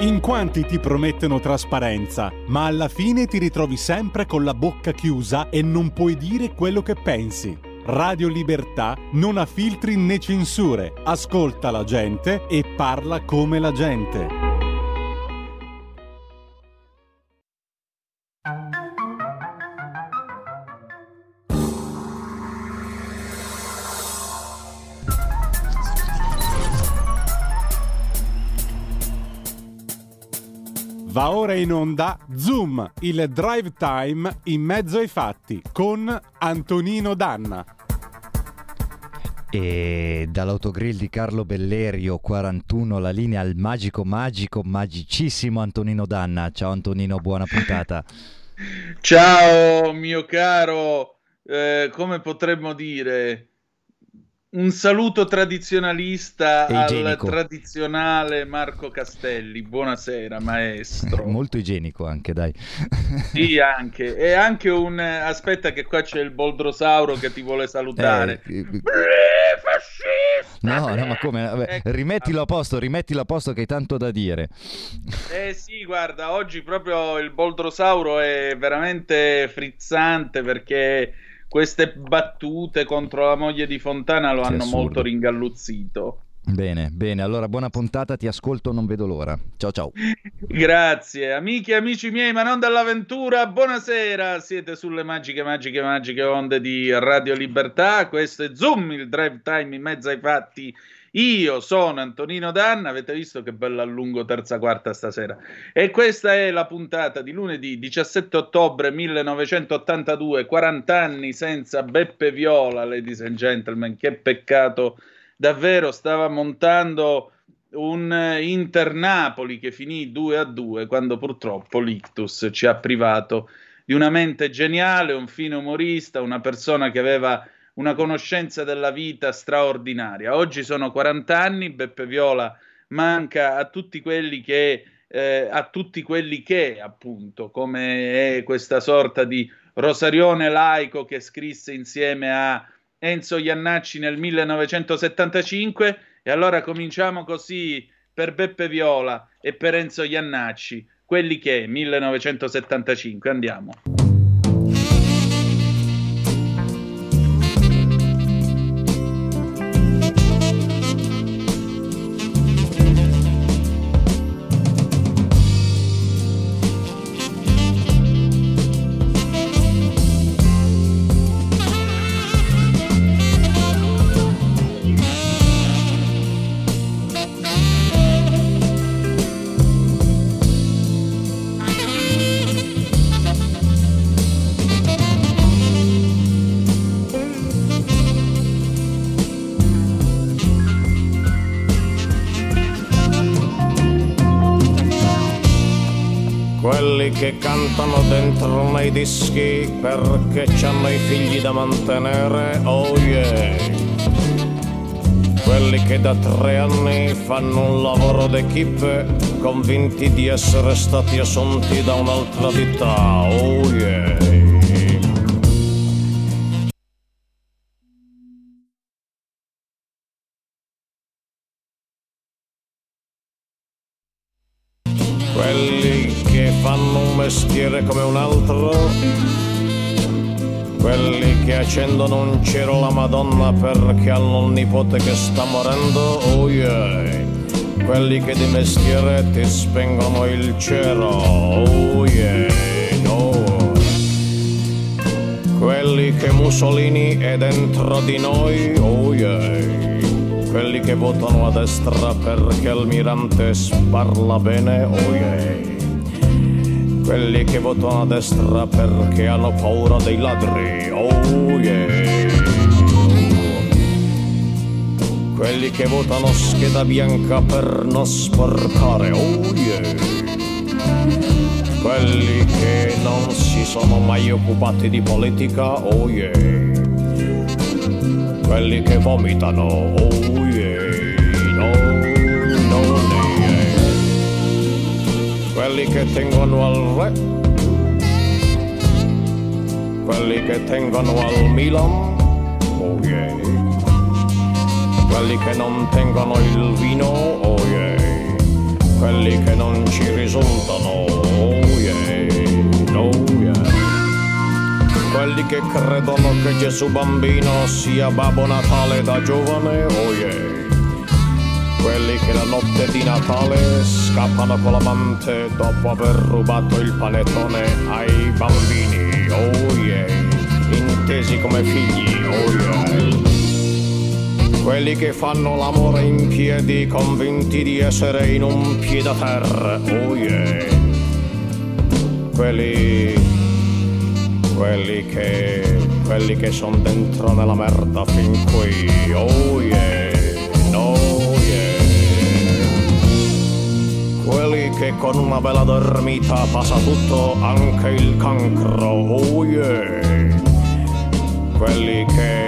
In quanti ti promettono trasparenza, ma alla fine ti ritrovi sempre con la bocca chiusa e non puoi dire quello che pensi. Radio Libertà non ha filtri né censure, ascolta la gente e parla come la gente. Va ora in onda Zoom, il drive time in mezzo ai fatti, con Antonino Danna. E dall'autogrill di Carlo Bellerio 41 la linea al magicissimo Antonino Danna. Ciao Antonino, buona puntata. Ciao mio caro, come potremmo dire, un saluto tradizionalista al tradizionale Marco Castelli. Buonasera maestro. Molto igienico anche, dai. Sì, anche. E anche aspetta che qua c'è il Boldrosauro che ti vuole salutare. Fascista! No, ma come? Vabbè, ecco. Rimettilo a posto che hai tanto da dire. Sì, guarda, oggi proprio il Boldrosauro è veramente frizzante perché queste battute contro la moglie di Fontana lo hanno molto ringalluzzito. Bene, allora buona puntata, ti ascolto, non vedo l'ora. Ciao. Grazie, amiche e amici miei, ma non dall'avventura, buonasera, siete sulle magiche onde di Radio Libertà, questo è Zoom, il drive time in mezzo ai fatti. Io sono Antonino Danna, avete visto che bello allungo terza quarta stasera, e questa è la puntata di lunedì 17 ottobre 1982, 40 anni senza Beppe Viola, ladies and gentlemen, che peccato davvero. Stava montando un Inter-Napoli che finì 2-2 quando purtroppo l'ictus ci ha privato di una mente geniale, un fine umorista, una persona che aveva una conoscenza della vita straordinaria. Oggi sono 40 anni, Beppe Viola manca a tutti quelli che appunto, come è questa sorta di Rosarione laico che scrisse insieme a Enzo Jannacci nel 1975. E allora cominciamo così per Beppe Viola e per Enzo Jannacci, quelli che 1975, andiamo. Che cantano dentro nei dischi perché c'hanno i figli da mantenere, oh yeah. Quelli che da 3 anni fanno un lavoro d'equipe convinti di essere stati assunti da un'altra ditta, oh yeah. Mestiere come un altro, quelli che accendono un cero alla Madonna perché hanno un nipote che sta morendo, oh yeah. Quelli che di mestiere ti spengono il cero, oh yeah, no. Quelli che Mussolini è dentro di noi, oh yeah. Quelli che votano a destra perché Almirante parla bene, oh yeah. Quelli che votano a destra perché hanno paura dei ladri, oh yeah. Quelli che votano scheda bianca per non sporcare, oh yeah. Quelli che non si sono mai occupati di politica, oh yeah. Quelli che vomitano, oh yeah. No. Quelli che tengono al re, quelli che tengono al Milan, oh yeah. Quelli che non tengono il vino, oh yeah. quelli che non ci risultano, oh yeah, oh yeah. Quelli che credono che Gesù bambino sia Babbo Natale da giovane, oh yeah. Quelli che la notte di Natale scappano con l'amante dopo aver rubato il panettone ai bambini, oh yeah, intesi come figli, oh yeah. Quelli che fanno l'amore in piedi convinti di essere in un piede-a-terra, oh yeah. Quelli che sono dentro nella merda fin qui, oh yeah, no yeah. Quelli che con una bella dormita passa tutto, anche il cancro, oh yeah. Quelli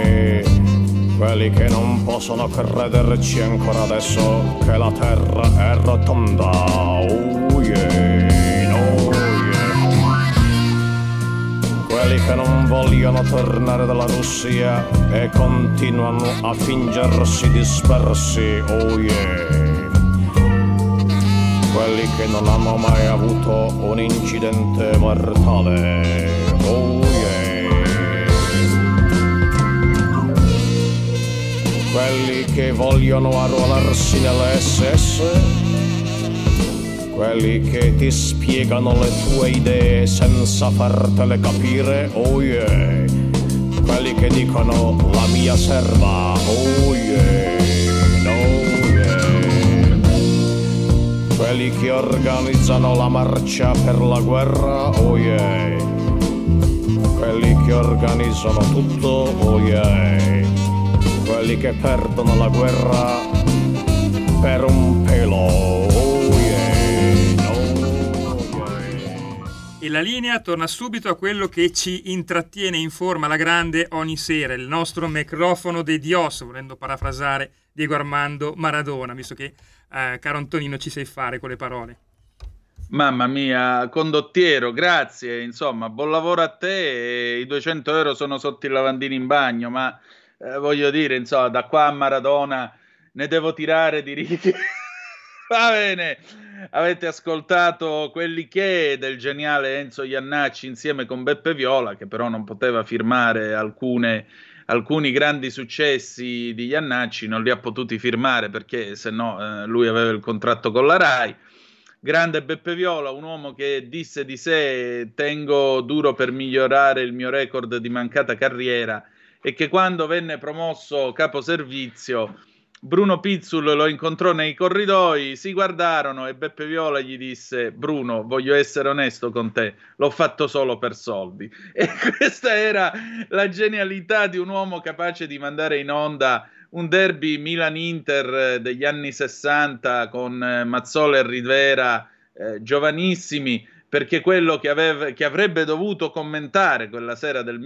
che non possono crederci ancora adesso che la terra è rotonda, oh yeah, no yeah. Quelli che non vogliono tornare dalla Russia e continuano a fingersi dispersi, oh yeah. Quelli che non hanno mai avuto un incidente mortale, oh yeah. Quelli che vogliono arruolarsi nell'SS, quelli che ti spiegano le tue idee senza fartele capire, oh yeah. Quelli che dicono la mia serva, oh yeah, no yeah. Quelli che organizzano la marcia per la guerra, oh yeah. Quelli che organizzano tutto, oh yeah. Quelli che perdono la guerra per un pelo, oh yeah, no yeah. E la linea torna subito a quello che ci intrattiene in forma alla grande ogni sera, il nostro microfono de Dios, volendo parafrasare Diego Armando Maradona, visto che, caro Antonino, ci sai fare con le parole. Mamma mia, condottiero, grazie, insomma, buon lavoro a te, i 200 euro sono sotto il lavandino in bagno, ma voglio dire, insomma, da qua a Maradona ne devo tirare di righe. Va bene, avete ascoltato Quelli che del geniale Enzo Jannacci insieme con Beppe Viola, che però non poteva firmare alcuni grandi successi di Jannacci, non li ha potuti firmare perché se no lui aveva il contratto con la Rai. Grande Beppe Viola, un uomo che disse di sé: tengo duro per migliorare il mio record di mancata carriera, e che quando venne promosso capo servizio Bruno Pizzul lo incontrò nei corridoi, si guardarono e Beppe Viola gli disse: Bruno, voglio essere onesto con te, l'ho fatto solo per soldi. E questa era la genialità di un uomo capace di mandare in onda un derby Milan-Inter degli anni 60 con Mazzola e Rivera giovanissimi, perché quello che avrebbe dovuto commentare quella sera del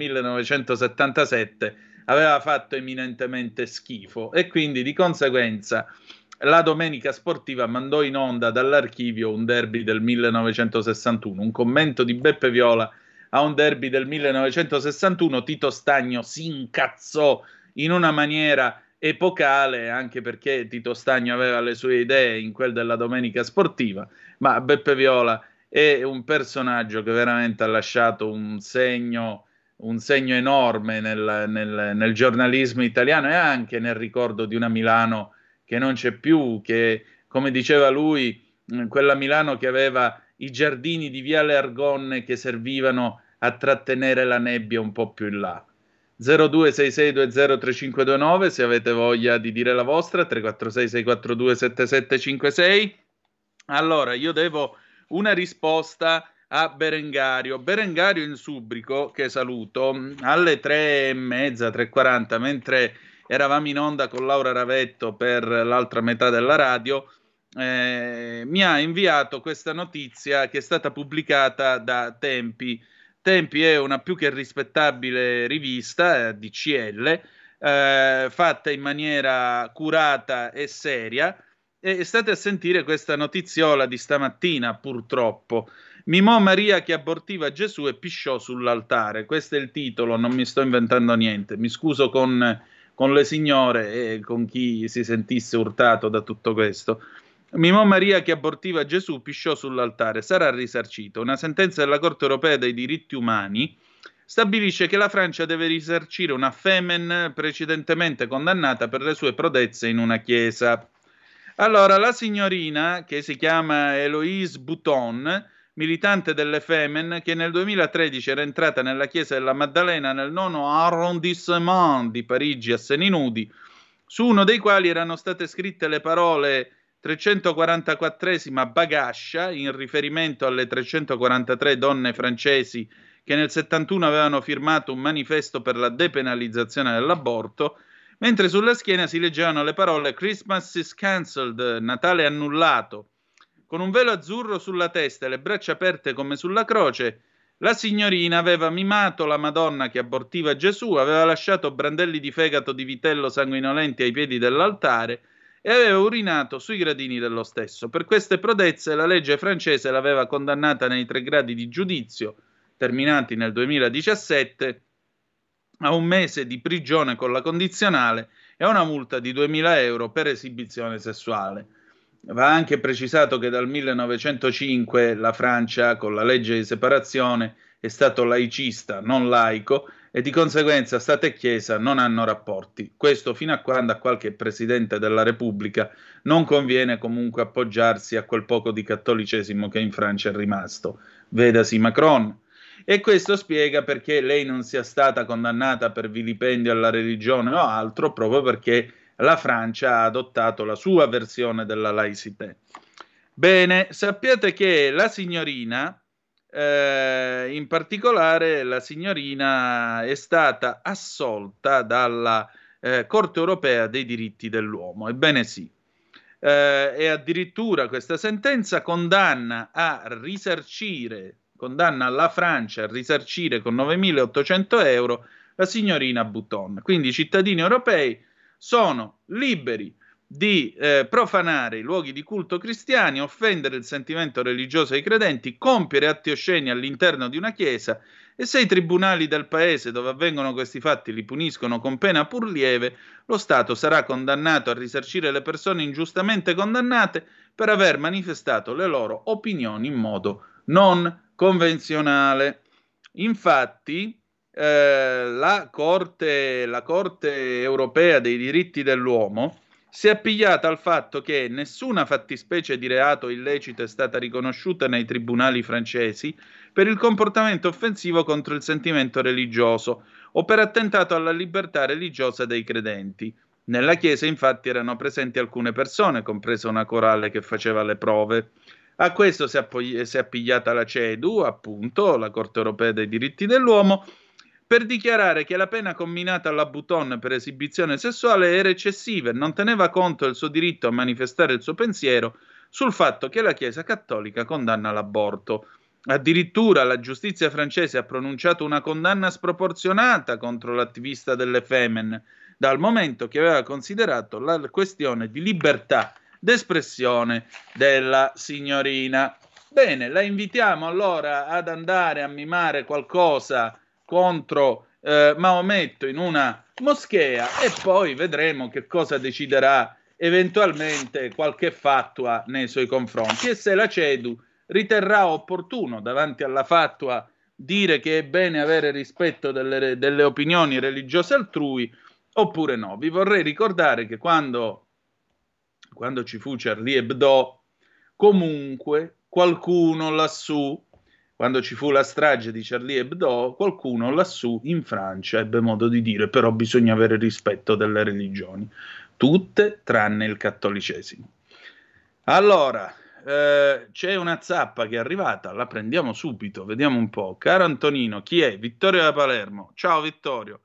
1977 aveva fatto eminentemente schifo, e quindi di conseguenza la domenica sportiva mandò in onda dall'archivio un derby del 1961, un commento di Beppe Viola a un derby del 1961. Tito Stagno si incazzò in una maniera epocale, anche perché Tito Stagno aveva le sue idee in quel della domenica sportiva, ma Beppe Viola è un personaggio che veramente ha lasciato un segno enorme nel giornalismo italiano e anche nel ricordo di una Milano che non c'è più, che, come diceva lui, quella Milano che aveva i giardini di Viale Argonne che servivano a trattenere la nebbia un po' più in là. 0266203529 se avete voglia di dire la vostra, 346-642-7756. Allora, io devo una risposta a Berengario in Subrico, che saluto, alle 3:30, 3:40, mentre eravamo in onda con Laura Ravetto per l'altra metà della radio, mi ha inviato questa notizia che è stata pubblicata da Tempi. Tempi è una più che rispettabile rivista di CL, fatta in maniera curata e seria, e state a sentire questa notiziola di stamattina, purtroppo. Mimò Maria che abortiva Gesù e pisciò sull'altare. Questo è il titolo, non mi sto inventando niente. Mi scuso con le signore e con chi si sentisse urtato da tutto questo. Mimò Maria che abortiva Gesù pisciò sull'altare, sarà risarcito. Una sentenza della Corte europea dei diritti umani stabilisce che la Francia deve risarcire una Femen precedentemente condannata per le sue prodezze in una chiesa. Allora, la signorina, che si chiama Héloïse Bouton, militante delle Femen, che nel 2013 era entrata nella chiesa della Maddalena nel 9° arrondissement di Parigi a seni nudi, su uno dei quali erano state scritte le parole 344esima bagascia, in riferimento alle 343 donne francesi che nel 71 avevano firmato un manifesto per la depenalizzazione dell'aborto, mentre sulla schiena si leggevano le parole Christmas is cancelled, Natale annullato. Con un velo azzurro sulla testa e le braccia aperte come sulla croce, la signorina aveva mimato la Madonna che abortiva Gesù, aveva lasciato brandelli di fegato di vitello sanguinolenti ai piedi dell'altare e aveva urinato sui gradini dello stesso. Per queste prodezze la legge francese l'aveva condannata nei 3 gradi di giudizio, terminati nel 2017, a 1 mese di prigione con la condizionale e a una multa di 2.000 euro per esibizione sessuale. Va anche precisato che dal 1905 la Francia, con la legge di separazione, è stato laicista, non laico, e di conseguenza Stato e Chiesa non hanno rapporti. Questo fino a quando a qualche Presidente della Repubblica non conviene comunque appoggiarsi a quel poco di cattolicesimo che in Francia è rimasto. Vedasi Macron. E questo spiega perché lei non sia stata condannata per vilipendio alla religione o altro, proprio perché la Francia ha adottato la sua versione della laicità. Bene, sappiate che la signorina, in particolare la signorina è stata assolta dalla Corte europea dei diritti dell'uomo. Ebbene sì. E addirittura questa sentenza condanna la Francia a risarcire con 9.800 euro la signorina Bouton. Quindi i cittadini europei sono liberi di profanare i luoghi di culto cristiani, offendere il sentimento religioso ai credenti, compiere atti osceni all'interno di una chiesa, e se i tribunali del paese dove avvengono questi fatti li puniscono con pena pur lieve, lo Stato sarà condannato a risarcire le persone ingiustamente condannate per aver manifestato le loro opinioni in modo non convenzionale. Infatti, la Corte europea dei diritti dell'uomo si è appigliata al fatto che nessuna fattispecie di reato illecito è stata riconosciuta nei tribunali francesi per il comportamento offensivo contro il sentimento religioso o per attentato alla libertà religiosa dei credenti. Nella chiesa infatti erano presenti alcune persone, compresa una corale che faceva le prove. A questo si è appigliata la CEDU, appunto, la Corte europea dei diritti dell'uomo, per dichiarare che la pena comminata alla Bouton per esibizione sessuale era eccessiva e non teneva conto del suo diritto a manifestare il suo pensiero sul fatto che la Chiesa cattolica condanna l'aborto. Addirittura la giustizia francese ha pronunciato una condanna sproporzionata contro l'attivista delle Femen, dal momento che aveva considerato la questione di libertà d'espressione della signorina. Bene, la invitiamo allora ad andare a mimare qualcosa contro Maometto in una moschea e poi vedremo che cosa deciderà eventualmente qualche fatwa nei suoi confronti e se la CEDU riterrà opportuno davanti alla fatwa dire che è bene avere rispetto delle opinioni religiose altrui oppure no. Vi vorrei ricordare che quando ci fu Charlie Hebdo, comunque qualcuno lassù, quando ci fu la strage di Charlie Hebdo, qualcuno lassù in Francia ebbe modo di dire però bisogna avere rispetto delle religioni, tutte tranne il cattolicesimo. Allora, c'è una zappa che è arrivata, la prendiamo subito, vediamo un po'. Caro Antonino, chi è? Vittorio da Palermo. Ciao Vittorio.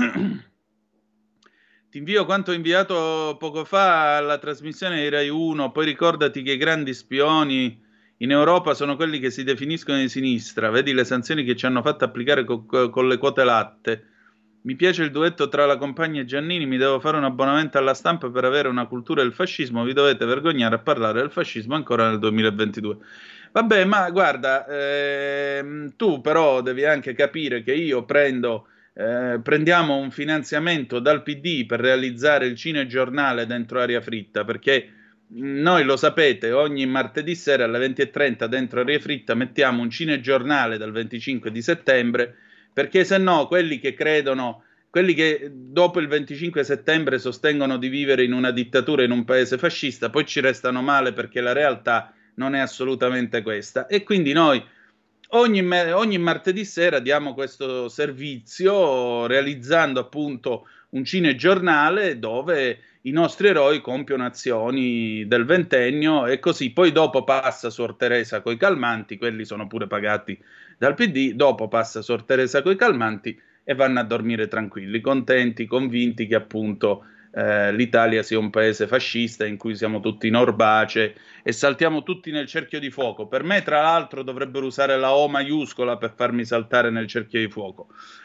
Ti invio quanto ho inviato poco fa alla trasmissione di Rai 1, poi ricordati che i grandi spioni in Europa sono quelli che si definiscono di sinistra, vedi le sanzioni che ci hanno fatto applicare con le quote latte. Mi piace il duetto tra la compagna e Giannini, mi devo fare un abbonamento alla Stampa per avere una cultura del fascismo, vi dovete vergognare a parlare del fascismo ancora nel 2022. Vabbè, ma guarda, tu però devi anche capire che io prendiamo un finanziamento dal PD per realizzare il cinegiornale dentro Aria Fritta, perché noi lo sapete, ogni martedì sera alle 20:30 dentro Aria Fritta mettiamo un cinegiornale dal 25 di settembre, perché se no quelli che credono, quelli che dopo il 25 settembre sostengono di vivere in una dittatura in un paese fascista, poi ci restano male, perché la realtà non è assolutamente questa. E quindi noi ogni martedì sera diamo questo servizio realizzando appunto un cinegiornale dove i nostri eroi compiono azioni del ventennio, e così poi dopo passa Suor Teresa coi calmanti, quelli sono pure pagati dal PD, dopo passa Suor Teresa coi calmanti e vanno a dormire tranquilli, contenti, convinti che appunto l'Italia sia un paese fascista in cui siamo tutti in orbace e saltiamo tutti nel cerchio di fuoco. Per me, tra l'altro, dovrebbero usare la O maiuscola per farmi saltare nel cerchio di fuoco.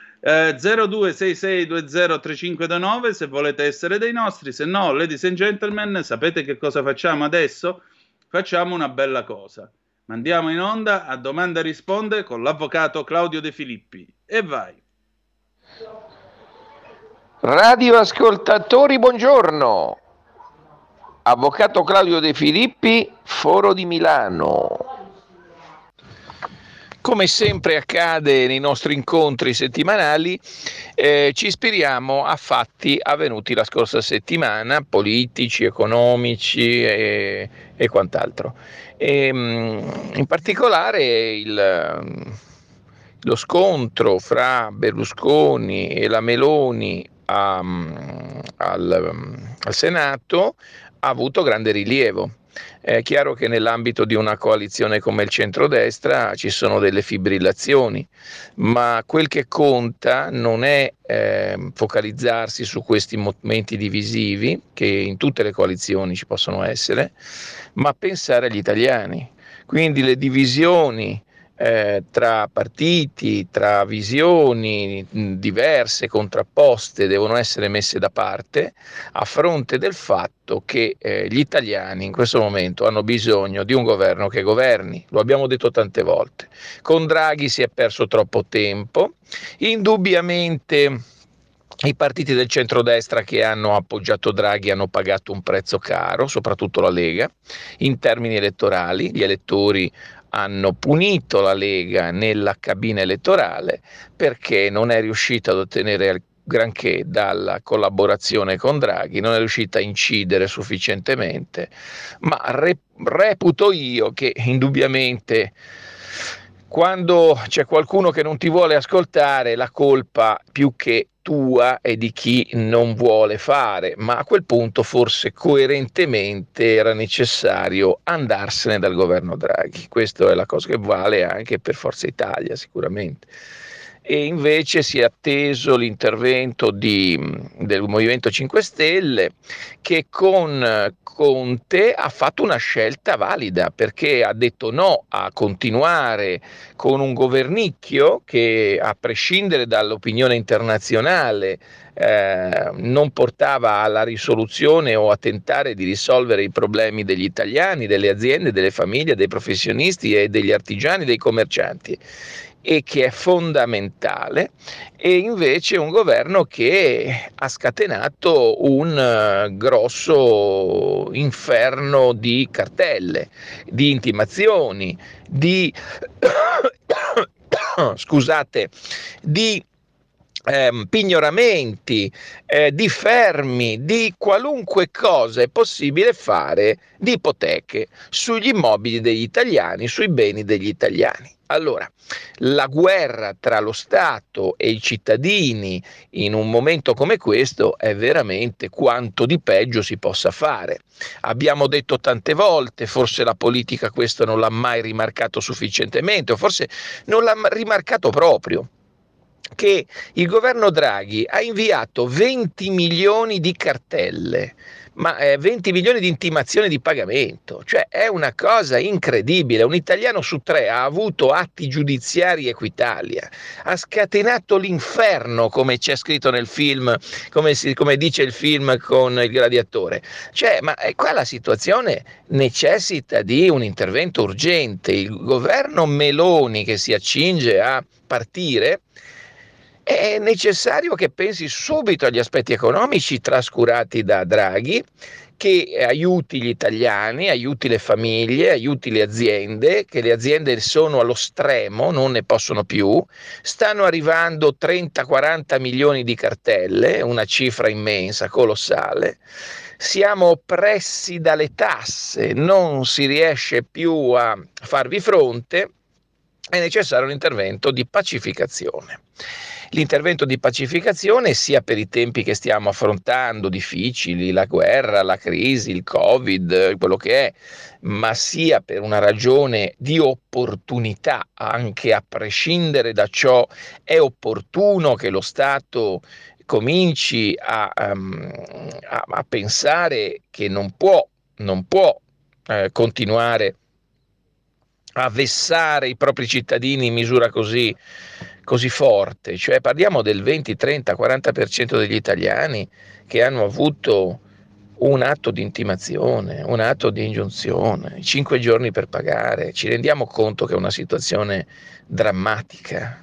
0266203529 se volete essere dei nostri, se no, ladies and gentlemen, sapete che cosa facciamo adesso? Facciamo una bella cosa. Mandiamo in onda a Domanda Risponde con l'avvocato Claudio De Filippi. E vai. Radioascoltatori, buongiorno. Avvocato Claudio De Filippi, Foro di Milano. Come sempre accade nei nostri incontri settimanali, ci ispiriamo a fatti avvenuti la scorsa settimana, politici, economici e quant'altro. In particolare lo scontro fra Berlusconi e la Meloni al Senato ha avuto grande rilievo. È chiaro che nell'ambito di una coalizione come il centrodestra ci sono delle fibrillazioni, ma quel che conta non è focalizzarsi su questi momenti divisivi, che in tutte le coalizioni ci possono essere, ma pensare agli italiani. Quindi le divisioni tra partiti, tra visioni diverse, contrapposte, devono essere messe da parte a fronte del fatto che gli italiani in questo momento hanno bisogno di un governo che governi. Lo abbiamo detto tante volte. Con Draghi si è perso troppo tempo, indubbiamente i partiti del centrodestra che hanno appoggiato Draghi hanno pagato un prezzo caro, soprattutto la Lega, in termini elettorali. Gli elettori hanno punito la Lega nella cabina elettorale perché non è riuscita ad ottenere granché dalla collaborazione con Draghi, non è riuscita a incidere sufficientemente, ma reputo io che indubbiamente quando c'è qualcuno che non ti vuole ascoltare, la colpa più che tua è di chi non vuole fare, ma a quel punto forse coerentemente era necessario andarsene dal governo Draghi. Questa è la cosa che vale anche per Forza Italia sicuramente. E invece si è atteso l'intervento del Movimento 5 Stelle, che con Conte ha fatto una scelta valida, perché ha detto no a continuare con un governicchio che, a prescindere dall'opinione internazionale, non portava alla risoluzione o a tentare di risolvere i problemi degli italiani, delle aziende, delle famiglie, dei professionisti e degli artigiani, dei commercianti, e che è fondamentale, e invece un governo che ha scatenato un grosso inferno di cartelle, di intimazioni, di di pignoramenti, di fermi, di qualunque cosa è possibile fare, di ipoteche sugli immobili degli italiani, sui beni degli italiani. Allora, la guerra tra lo Stato e i cittadini in un momento come questo è veramente quanto di peggio si possa fare. Abbiamo detto tante volte, forse la politica questo non l'ha mai rimarcato sufficientemente, o forse non l'ha rimarcato proprio, che il governo Draghi ha inviato 20 milioni di cartelle, ma 20 milioni di intimazioni di pagamento, cioè è una cosa incredibile. Un italiano su 3 ha avuto atti giudiziari Equitalia, ha scatenato l'inferno, come c'è scritto nel film, come dice il film con il gladiatore. Cioè, ma qua la situazione necessita di un intervento urgente. Il governo Meloni, che si accinge a partire, è necessario che pensi subito agli aspetti economici trascurati da Draghi, che aiuti gli italiani, aiuti le famiglie, aiuti le aziende, che le aziende sono allo stremo, non ne possono più, stanno arrivando 30-40 milioni di cartelle, una cifra immensa, colossale, siamo oppressi dalle tasse, non si riesce più a farvi fronte, è necessario un intervento di pacificazione. L'intervento di pacificazione sia per i tempi che stiamo affrontando, difficili, la guerra, la crisi, il Covid, quello che è, ma sia per una ragione di opportunità, anche a prescindere da ciò è opportuno che lo Stato cominci a pensare che non può continuare a vessare i propri cittadini in misura così forte, cioè parliamo del 20, 30, 40% degli italiani che hanno avuto un atto di intimazione, un atto di ingiunzione, 5 giorni per pagare. Ci rendiamo conto che è una situazione drammatica.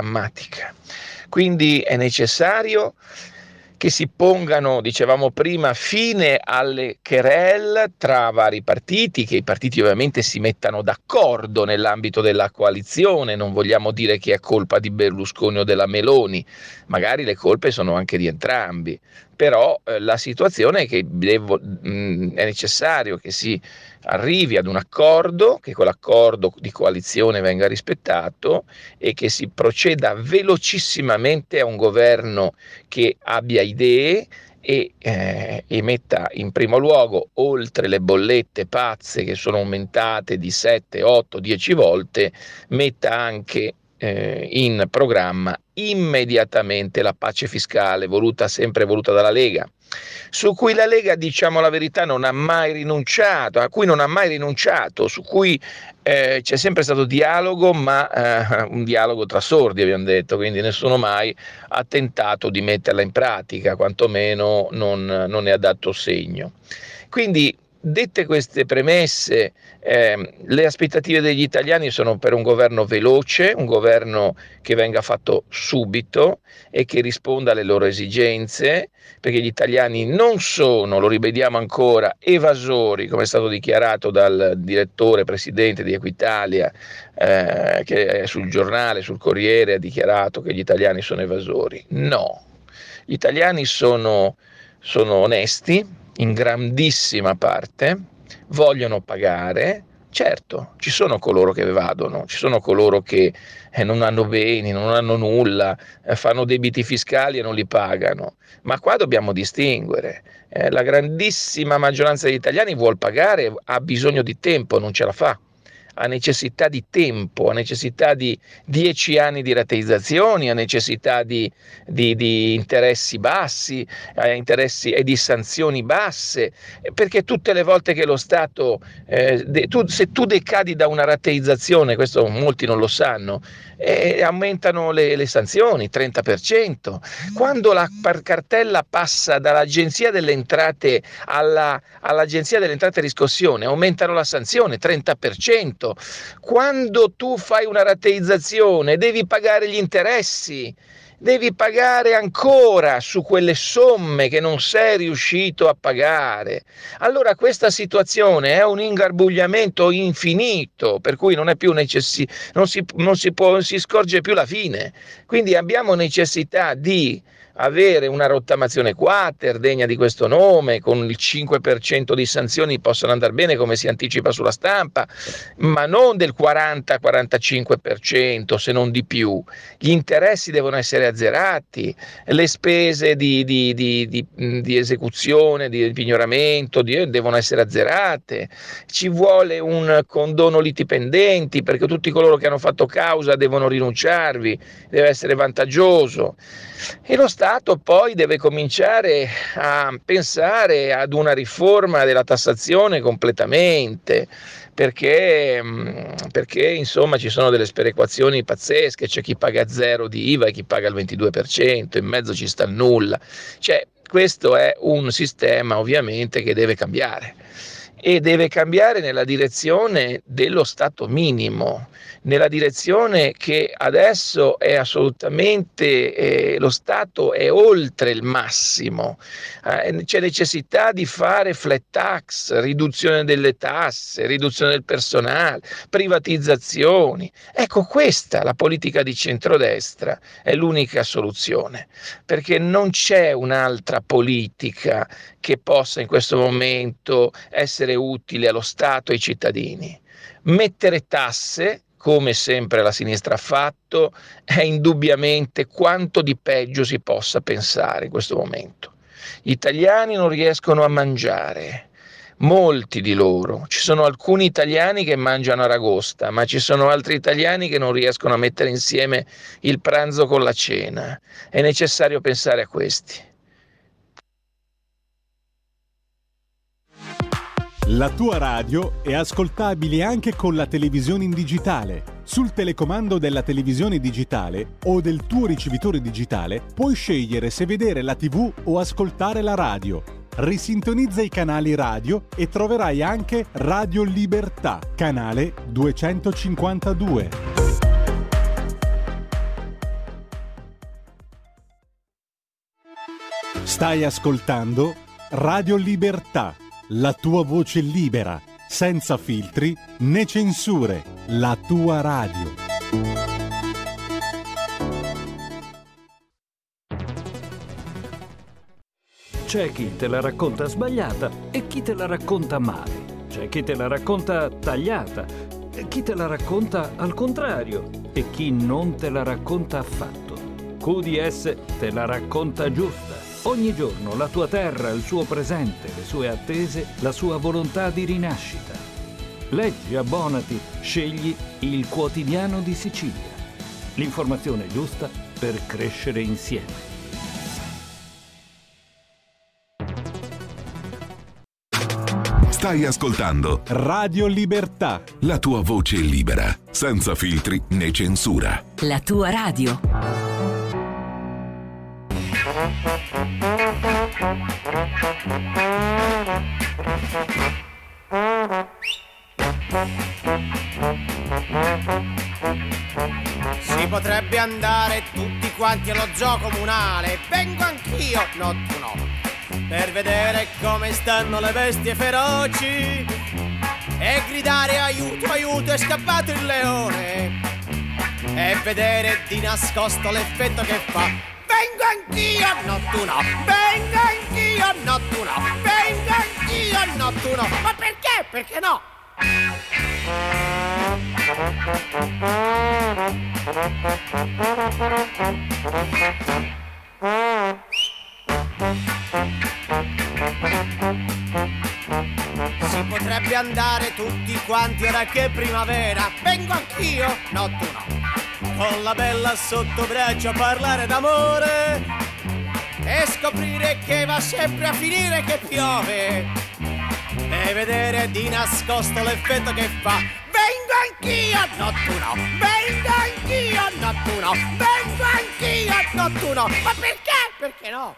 Quindi è necessario che si pongano, dicevamo prima, fine alle querelle tra vari partiti, che i partiti ovviamente si mettano d'accordo nell'ambito della coalizione, non vogliamo dire che è colpa di Berlusconi o della Meloni, magari le colpe sono anche di entrambi, però la situazione è che è necessario che si arrivi ad un accordo, che quell'accordo di coalizione venga rispettato e che si proceda velocissimamente a un governo che abbia idee e metta in primo luogo, oltre le bollette pazze che sono aumentate di 7, 8, 10 volte, metta anche in programma immediatamente la pace fiscale sempre voluta dalla Lega, su cui la Lega, diciamo la verità, a cui non ha mai rinunciato, su cui c'è sempre stato dialogo, ma un dialogo tra sordi, abbiamo detto, quindi nessuno mai ha tentato di metterla in pratica, quantomeno non ne ha dato segno. Quindi, dette queste premesse, le aspettative degli italiani sono per un governo veloce, un governo che venga fatto subito e che risponda alle loro esigenze, perché gli italiani non sono, lo ribadiamo ancora, evasori, come è stato dichiarato dal direttore presidente di Equitalia, che è sul giornale, sul Corriere, ha dichiarato che gli italiani sono evasori. No, gli italiani sono onesti, in grandissima parte, vogliono pagare. Certo, ci sono coloro che evadono, ci sono coloro che non hanno beni, non hanno nulla, fanno debiti fiscali e non li pagano, ma qua dobbiamo distinguere. La grandissima maggioranza degli italiani vuol pagare, ha bisogno di tempo, non ce la fa. Ha necessità di tempo, ha necessità di 10 anni di rateizzazioni, ha necessità di interessi bassi, interessi e di sanzioni basse, perché tutte le volte che lo Stato, se tu decadi da una rateizzazione, questo molti non lo sanno, aumentano le sanzioni, 30%. Quando la cartella passa dall'Agenzia delle Entrate all'Agenzia delle Entrate e Riscossione, aumentano la sanzione, 30%. Quando tu fai una rateizzazione devi pagare gli interessi, devi pagare ancora su quelle somme che non sei riuscito a pagare. Allora questa situazione è un ingarbugliamento infinito, per cui non è più si scorge più la fine. Quindi abbiamo necessità di avere una rottamazione quater degna di questo nome, con il 5% di sanzioni possono andare bene, come si anticipa sulla stampa, ma non del 40-45%, se non di più. Gli interessi devono essere azzerati, le spese di esecuzione, di pignoramento devono essere azzerate, ci vuole un condono liti pendenti, perché tutti coloro che hanno fatto causa devono rinunciarvi, deve essere vantaggioso. E lo Stato poi deve cominciare a pensare ad una riforma della tassazione completamente, perché insomma ci sono delle sperequazioni pazzesche, c'è chi paga 0 di IVA e chi paga il 22%, in mezzo ci sta il nulla. Cioè, questo è un sistema ovviamente che deve cambiare. e deve cambiare nella direzione dello stato minimo, nella direzione che adesso è assolutamente, lo Stato è oltre il massimo, c'è necessità di fare flat tax, riduzione delle tasse, riduzione del personale, privatizzazioni. Ecco, questa, la politica di centrodestra, è l'unica soluzione, perché non c'è un'altra politica che possa in questo momento essere utile allo Stato e ai cittadini. Mettere tasse, come sempre la sinistra ha fatto, è indubbiamente quanto di peggio si possa pensare in questo momento. Gli italiani non riescono a mangiare, molti di loro. Ci sono alcuni italiani che mangiano aragosta, ma ci sono altri italiani che non riescono a mettere insieme il pranzo con la cena. È necessario pensare a questi. La tua radio è ascoltabile anche con la televisione in digitale. Sul telecomando della televisione digitale o del tuo ricevitore digitale puoi scegliere se vedere la TV o ascoltare la radio. Risintonizza i canali radio e troverai anche Radio Libertà, canale 252. Stai ascoltando Radio Libertà, la tua voce libera, senza filtri né censure, la tua radio. C'è chi te la racconta sbagliata e chi te la racconta male. C'è chi te la racconta tagliata e chi te la racconta al contrario e chi non te la racconta affatto. QDS te la racconta giusta. Ogni giorno la tua terra, il suo presente, le sue attese, la sua volontà di rinascita. Leggi, abbonati, scegli il Quotidiano di Sicilia. L'informazione giusta per crescere insieme. Stai ascoltando Radio Libertà, la tua voce libera, senza filtri né censura. La tua radio. Si potrebbe andare tutti quanti allo zoo comunale. Vengo anch'io, no tu no, per vedere come stanno le bestie feroci e gridare aiuto, aiuto, è scappato il leone, e vedere di nascosto l'effetto che fa. Vengo anch'io, no tu no, vengo anch'io, no tu no, vengo anch'io, no tu no. Ma perché? Perché no? Si potrebbe andare tutti quanti ora che è primavera. Vengo anch'io, no tu no, con la bella sotto braccio a parlare d'amore e scoprire che va sempre a finire che piove e vedere di nascosto l'effetto che fa. Vengo anch'io, no tu no, vengo anch'io, no tu no, vengo anch'io, no tu no. Ma perché? Perché no?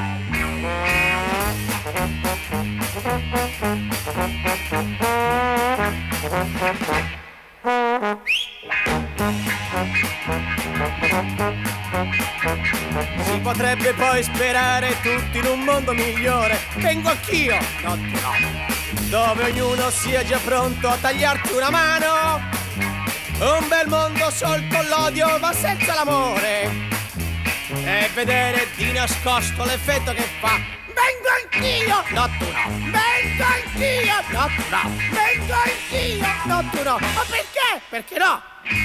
Si potrebbe poi sperare tutti in un mondo migliore. Vengo anch'io, no tu no, dove ognuno sia già pronto a tagliarti una mano. Un bel mondo sol con l'odio ma senza l'amore e vedere di nascosto l'effetto che fa. Vengo anch'io, no tu no, vengo anch'io, no tu no, vengo anch'io, no tu no. Ma perché? Perché no?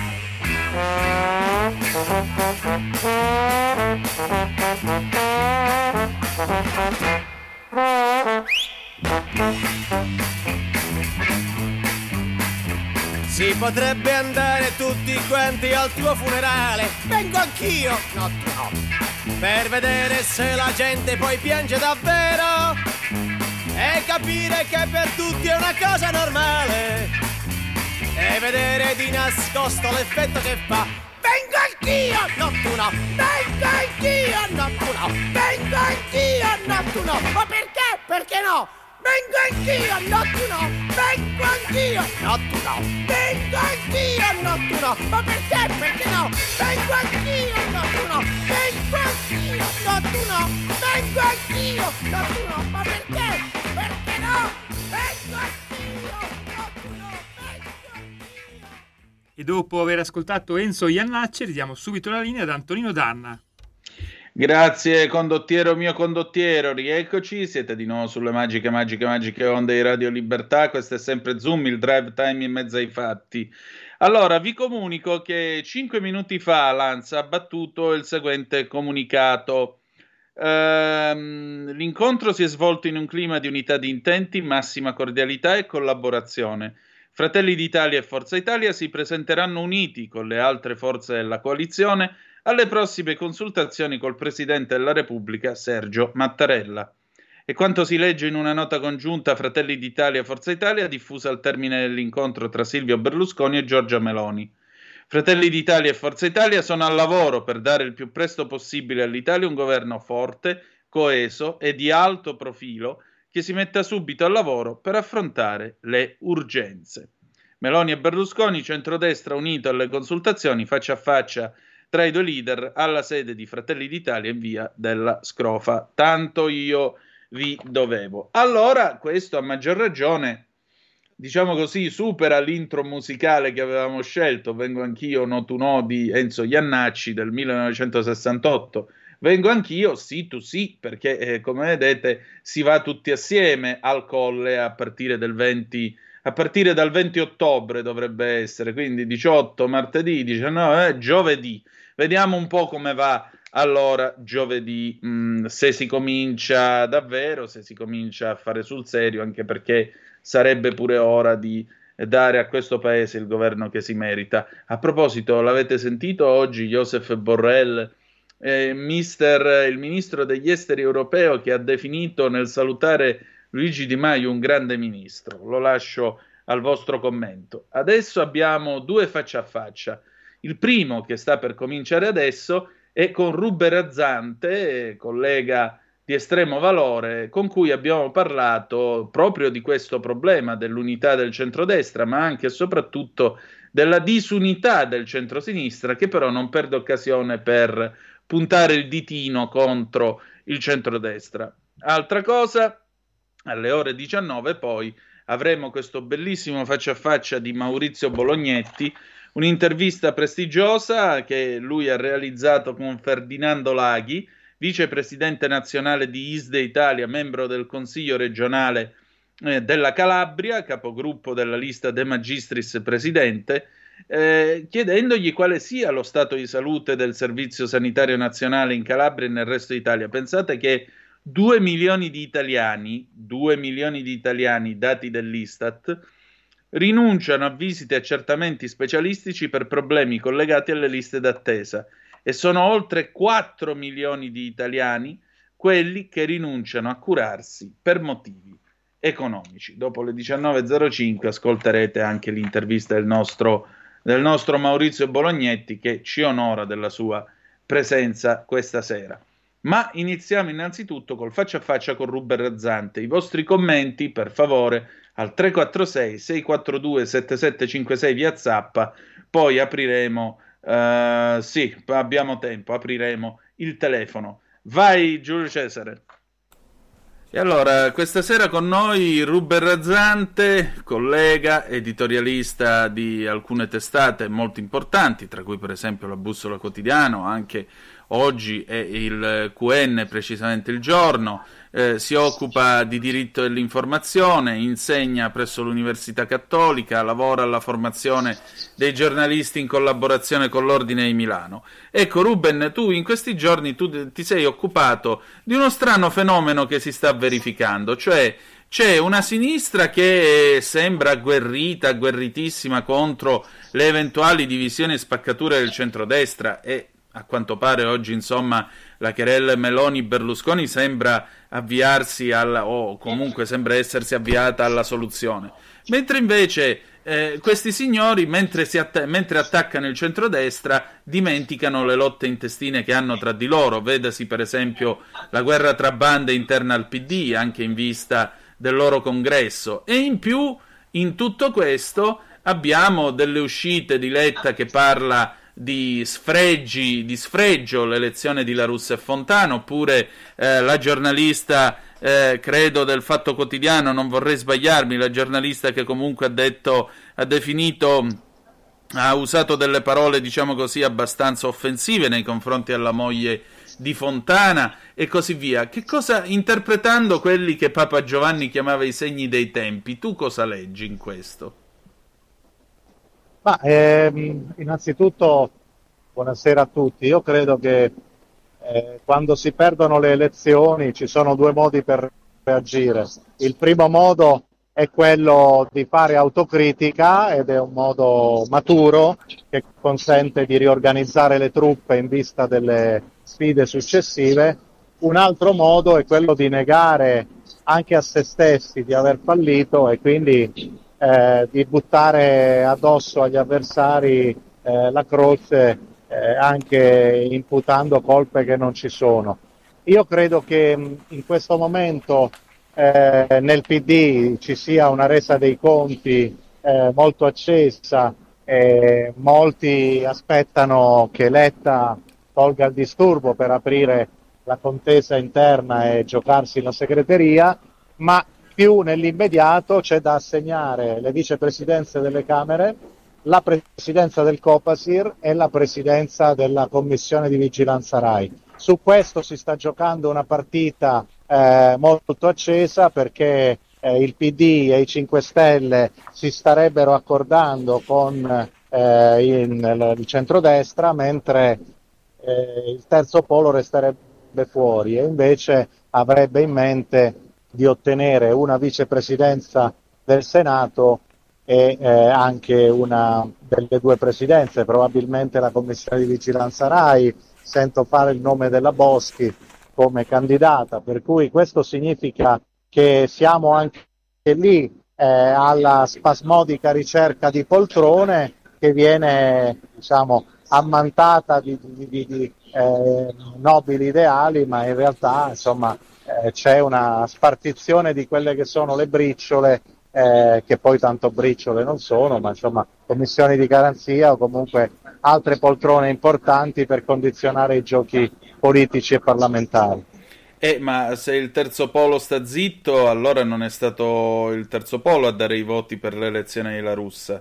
Si potrebbe andare tutti quanti al tuo funerale. Vengo anch'io, no tu no, per vedere se la gente poi piange davvero e capire che per tutti è una cosa normale e vedere di nascosto l'effetto che fa. Vengo anch'io, no tu no, vengo anch'io, no tu no, vengo anch'io, no tu no. Ma perché? Perché no? vengo anch'io, no tu no, vengo anch'io, no tu no, vengo anch'io, no tu no, ma perché, perché no, vengo anch'io, no tu no, vengo anch'io, no tu no, vengo anch'io, no tu no, ma perché, perché no, vengo anch'io, no tu no, vengo anch'io. E dopo aver ascoltato Enzo Iannacci ridiamo subito la linea ad Antonino Danna. Grazie condottiero mio condottiero, rieccoci, siete di nuovo sulle magiche onde di Radio Libertà, questo è sempre Zoom, il drive time in mezzo ai fatti. Allora, vi comunico che 5 minuti fa l'ANSA ha battuto il seguente comunicato. L'incontro si è svolto in un clima di unità di intenti, massima cordialità e collaborazione. Fratelli d'Italia e Forza Italia si presenteranno uniti con le altre forze della coalizione alle prossime consultazioni col Presidente della Repubblica Sergio Mattarella. E quanto si legge in una nota congiunta Fratelli d'Italia e Forza Italia diffusa al termine dell'incontro tra Silvio Berlusconi e Giorgia Meloni. Fratelli d'Italia e Forza Italia sono al lavoro per dare il più presto possibile all'Italia un governo forte, coeso e di alto profilo che si metta subito al lavoro per affrontare le urgenze. Meloni e Berlusconi, centrodestra unito alle consultazioni faccia a faccia tra i due leader alla sede di Fratelli d'Italia in via della Scrofa. Tanto io vi dovevo. Allora, questo a maggior ragione, diciamo così, supera l'intro musicale che avevamo scelto, Vengo anch'io, no tu no, di Enzo Iannacci del 1968. Vengo anch'io, sì tu sì, perché come vedete si va tutti assieme al Colle a partire dal 20 ottobre dovrebbe essere, quindi 18 martedì, 19 giovedì. Vediamo un po' come va allora giovedì, se si comincia davvero, se si comincia a fare sul serio, anche perché sarebbe pure ora di dare a questo paese il governo che si merita. A proposito, l'avete sentito oggi Joseph Borrell, il ministro degli esteri europeo, che ha definito nel salutare Luigi Di Maio un grande ministro? Lo lascio al vostro commento. Adesso abbiamo due faccia a faccia. Il primo, che sta per cominciare adesso, è con Ruber Razzante, collega di estremo valore, con cui abbiamo parlato proprio di questo problema dell'unità del centrodestra, ma anche e soprattutto della disunità del centrosinistra, che però non perde occasione per puntare il ditino contro il centrodestra. Altra cosa, alle ore 19 poi avremo questo bellissimo faccia a faccia di Maurizio Bolognetti, un'intervista prestigiosa che lui ha realizzato con Ferdinando Laghi, vicepresidente nazionale di ISDE Italia, membro del Consiglio regionale della Calabria, capogruppo della lista De Magistris presidente, chiedendogli quale sia lo stato di salute del Servizio Sanitario Nazionale in Calabria e nel resto d'Italia. Pensate che 2 milioni di italiani, dati dall'Istat, rinunciano a visite e accertamenti specialistici per problemi collegati alle liste d'attesa, e sono oltre 4 milioni di italiani quelli che rinunciano a curarsi per motivi economici. Dopo le 19.05 ascolterete anche l'intervista del nostro Maurizio Bolognetti, che ci onora della sua presenza questa sera. Ma iniziamo innanzitutto col faccia a faccia con Ruber Razzante. I vostri commenti, per favore, al 346 642 7756 via Zappa, poi apriremo, sì, abbiamo tempo, apriremo il telefono. Vai Giulio Cesare. E allora, questa sera con noi Ruber Razzante, collega, editorialista di alcune testate molto importanti, tra cui per esempio la Bussola Quotidiano, anche oggi è il QN, precisamente Il Giorno, si occupa di diritto dell'informazione, insegna presso l'Università Cattolica, lavora alla formazione dei giornalisti in collaborazione con l'Ordine di Milano. Ecco Ruben, tu in questi giorni ti sei occupato di uno strano fenomeno che si sta verificando, cioè c'è una sinistra che sembra agguerritissima contro le eventuali divisioni e spaccature del centrodestra, e a quanto pare oggi, insomma, la querela Meloni-Berlusconi sembra avviarsi o comunque sembra essersi avviata alla soluzione. Mentre invece questi signori, mentre attaccano il centrodestra, dimenticano le lotte intestine che hanno tra di loro. Vedasi per esempio la guerra tra bande interna al PD, anche in vista del loro congresso. E in più, in tutto questo, abbiamo delle uscite di Letta che parla di sfregio l'elezione di La Russa e Fontana, oppure la giornalista, credo del Fatto Quotidiano, non vorrei sbagliarmi, la giornalista che comunque ha usato delle parole, diciamo così, abbastanza offensive nei confronti della moglie di Fontana e così via. Che cosa, interpretando quelli che Papa Giovanni chiamava i segni dei tempi, tu cosa leggi in questo? Ma innanzitutto buonasera a tutti. Io credo che quando si perdono le elezioni ci sono due modi per reagire. Il primo modo è quello di fare autocritica, ed è un modo maturo che consente di riorganizzare le truppe in vista delle sfide successive. Un altro modo è quello di negare anche a se stessi di aver fallito e quindi di buttare addosso agli avversari la croce, anche imputando colpe che non ci sono. Io credo che in questo momento nel PD ci sia una resa dei conti molto accesa, molti aspettano che Letta tolga il disturbo per aprire la contesa interna e giocarsi la segreteria, ma più nell'immediato c'è da assegnare le vicepresidenze delle Camere, la presidenza del Copasir e la presidenza della Commissione di Vigilanza RAI. Su questo si sta giocando una partita molto accesa, perché il PD e i 5 Stelle si starebbero accordando con il centrodestra, mentre il terzo polo resterebbe fuori e invece avrebbe in mente di ottenere una vicepresidenza del Senato e anche una delle due presidenze, probabilmente la Commissione di Vigilanza RAI. Sento fare il nome della Boschi come candidata, per cui questo significa che siamo anche lì alla spasmodica ricerca di poltrone che viene, diciamo, ammantata di nobili ideali, ma in realtà, insomma, c'è una spartizione di quelle che sono le briciole, che poi tanto briciole non sono, ma insomma commissioni di garanzia o comunque altre poltrone importanti per condizionare i giochi politici e parlamentari. Ma se il terzo polo sta zitto, allora non è stato il terzo polo a dare i voti per l'elezione di La Russa.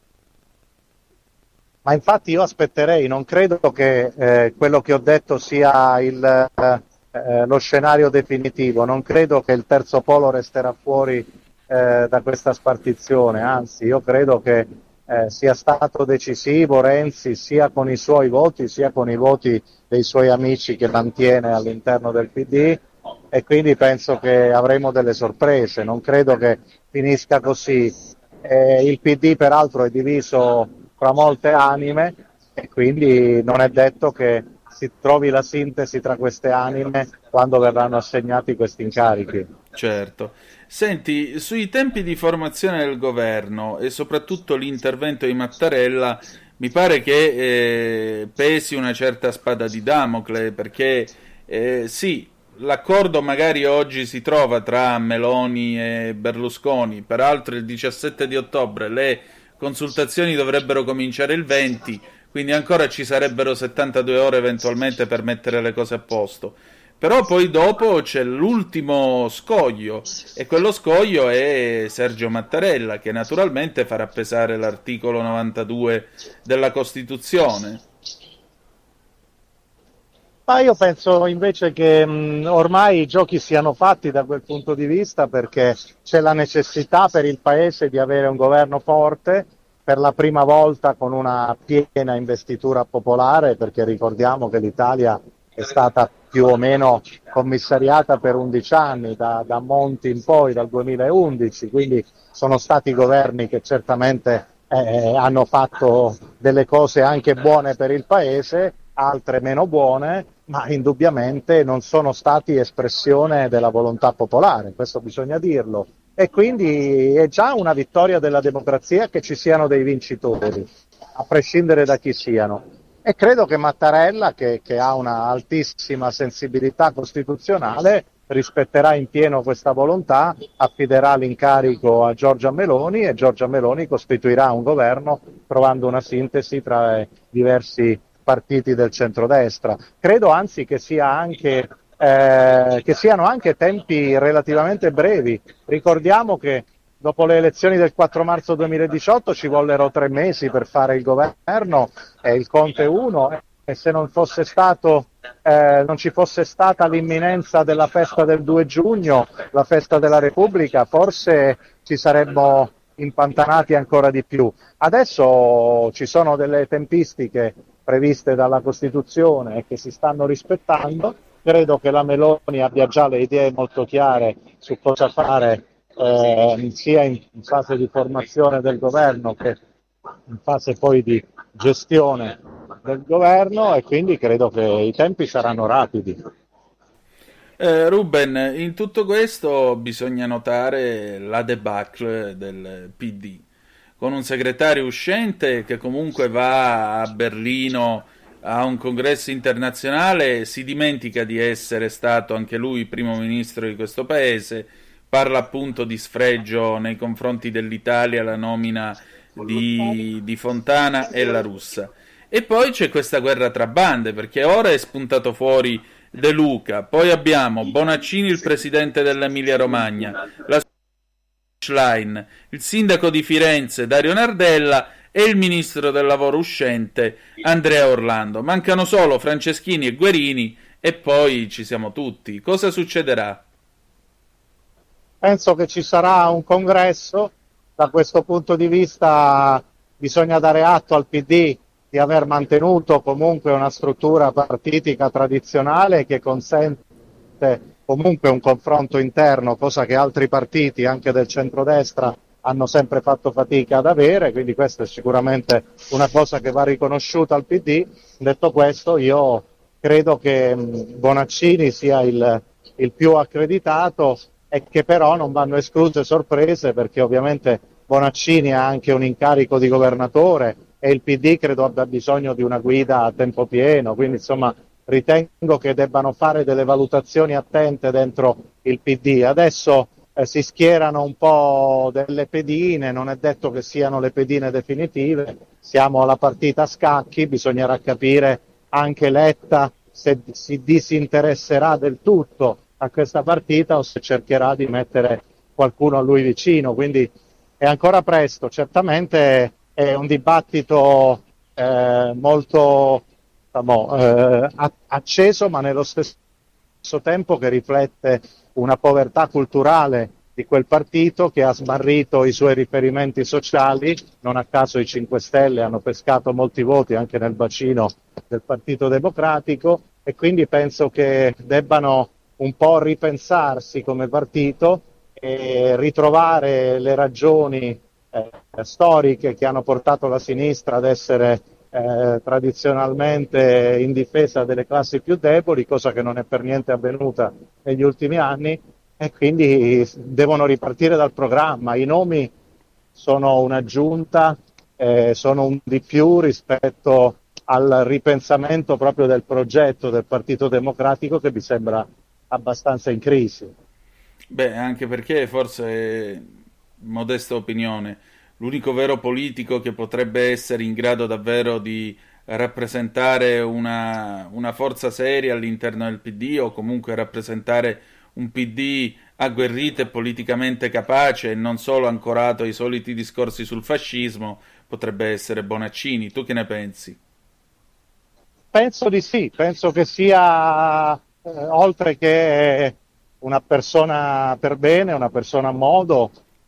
Ma infatti io aspetterei, non credo che quello che ho detto sia lo scenario definitivo, non credo che il terzo polo resterà fuori da questa spartizione, anzi io credo che sia stato decisivo Renzi sia con i suoi voti sia con i voti dei suoi amici che mantiene all'interno del PD, e quindi penso che avremo delle sorprese, non credo che finisca così. Il PD peraltro è diviso fra molte anime e quindi non è detto che si trovi la sintesi tra queste anime quando verranno assegnati questi incarichi. Certo. Senti, sui tempi di formazione del governo e soprattutto l'intervento di Mattarella, mi pare che pesi una certa spada di Damocle, perché sì, l'accordo magari oggi si trova tra Meloni e Berlusconi, peraltro il 17 di ottobre le consultazioni dovrebbero cominciare il 20, quindi ancora ci sarebbero 72 ore eventualmente per mettere le cose a posto. Però poi dopo c'è l'ultimo scoglio, e quello scoglio è Sergio Mattarella, che naturalmente farà pesare l'articolo 92 della Costituzione. Ma io penso invece che ormai i giochi siano fatti da quel punto di vista, perché c'è la necessità per il Paese di avere un governo forte, per la prima volta con una piena investitura popolare, perché ricordiamo che l'Italia è stata più o meno commissariata per 11 anni, da Monti in poi, dal 2011, quindi sono stati governi che certamente hanno fatto delle cose anche buone per il Paese, altre meno buone, ma indubbiamente non sono stati espressione della volontà popolare, questo bisogna dirlo. E quindi è già una vittoria della democrazia che ci siano dei vincitori, a prescindere da chi siano. E credo che Mattarella, che ha una altissima sensibilità costituzionale, rispetterà in pieno questa volontà, affiderà l'incarico a Giorgia Meloni e Giorgia Meloni costituirà un governo trovando una sintesi tra diversi partiti del centrodestra. Credo anzi che siano anche tempi relativamente brevi. Ricordiamo che dopo le elezioni del 4 marzo 2018 ci vollero 3 mesi per fare il governo e il Conte 1 e se non ci fosse stata l'imminenza della festa del 2 giugno, la festa della Repubblica, forse ci saremmo impantanati ancora di più. Adesso ci sono delle tempistiche previste dalla Costituzione e che si stanno rispettando. Credo che la Meloni abbia già le idee molto chiare su cosa fare sia in fase di formazione del governo che in fase poi di gestione del governo e quindi credo che i tempi saranno rapidi. Ruben, in tutto questo bisogna notare la debacle del PD, con un segretario uscente che comunque va a Berlino a un congresso internazionale, si dimentica di essere stato anche lui primo ministro di questo paese, parla appunto di sfregio nei confronti dell'Italia, la nomina di Fontana e La Russa. E poi c'è questa guerra tra bande, perché ora è spuntato fuori De Luca, poi abbiamo Bonaccini, il presidente dell'Emilia Romagna, la Schlein, il sindaco di Firenze Dario Nardella e il ministro del lavoro uscente Andrea Orlando. Mancano solo Franceschini e Guerini e poi ci siamo tutti. Cosa succederà? Penso che ci sarà un congresso. Da questo punto di vista bisogna dare atto al PD di aver mantenuto comunque una struttura partitica tradizionale che consente comunque un confronto interno, cosa che altri partiti, anche del centrodestra, hanno sempre fatto fatica ad avere, quindi questa è sicuramente una cosa che va riconosciuta al PD. Detto questo, io credo che Bonaccini sia il più accreditato e che però non vanno escluse sorprese, perché ovviamente Bonaccini ha anche un incarico di governatore e il PD credo abbia bisogno di una guida a tempo pieno, quindi insomma ritengo che debbano fare delle valutazioni attente dentro il PD. Adesso si schierano un po' delle pedine, non è detto che siano le pedine definitive, siamo alla partita a scacchi, bisognerà capire anche Letta se si disinteresserà del tutto a questa partita o se cercherà di mettere qualcuno a lui vicino, quindi è ancora presto. Certamente è un dibattito molto acceso, ma nello stesso tempo che riflette una povertà culturale di quel partito che ha smarrito i suoi riferimenti sociali. Non a caso i 5 Stelle hanno pescato molti voti anche nel bacino del Partito Democratico e quindi penso che debbano un po' ripensarsi come partito e ritrovare le ragioni storiche che hanno portato la sinistra ad essere tradizionalmente in difesa delle classi più deboli, cosa che non è per niente avvenuta negli ultimi anni, e quindi devono ripartire dal programma. I nomi sono un'aggiunta, sono un di più rispetto al ripensamento proprio del progetto del Partito Democratico, che mi sembra abbastanza in crisi. Beh, anche perché forse, modesta opinione, l'unico vero politico che potrebbe essere in grado davvero di rappresentare una forza seria all'interno del PD, o comunque rappresentare un PD agguerrito e politicamente capace e non solo ancorato ai soliti discorsi sul fascismo, potrebbe essere Bonaccini. Tu che ne pensi? Penso di sì, penso che sia oltre che una persona per bene, una persona a modo,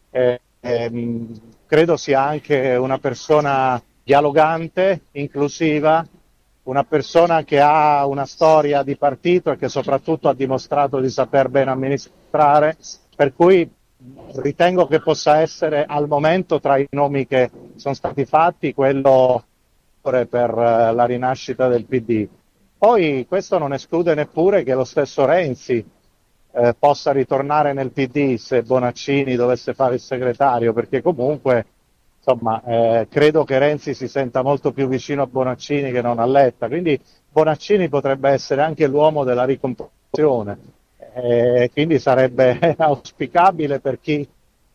credo sia anche una persona dialogante, inclusiva, una persona che ha una storia di partito e che soprattutto ha dimostrato di saper bene amministrare, per cui ritengo che possa essere al momento, tra i nomi che sono stati fatti, quello per la rinascita del PD. Poi questo non esclude neppure che lo stesso Renzi possa ritornare nel PD se Bonaccini dovesse fare il segretario, perché comunque insomma credo che Renzi si senta molto più vicino a Bonaccini che non a Letta, quindi Bonaccini potrebbe essere anche l'uomo della ricomposizione. quindi sarebbe auspicabile per chi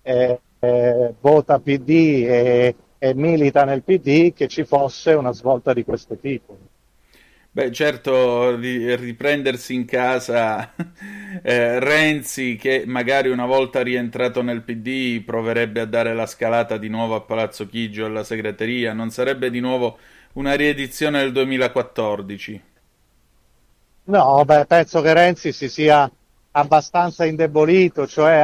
vota PD e milita nel PD che ci fosse una svolta di questo tipo. Beh, certo, riprendersi in casa Renzi, che magari una volta rientrato nel PD proverebbe a dare la scalata di nuovo a Palazzo Chigi o alla segreteria, non sarebbe di nuovo una riedizione del 2014? No, beh, penso che Renzi si sia abbastanza indebolito, cioè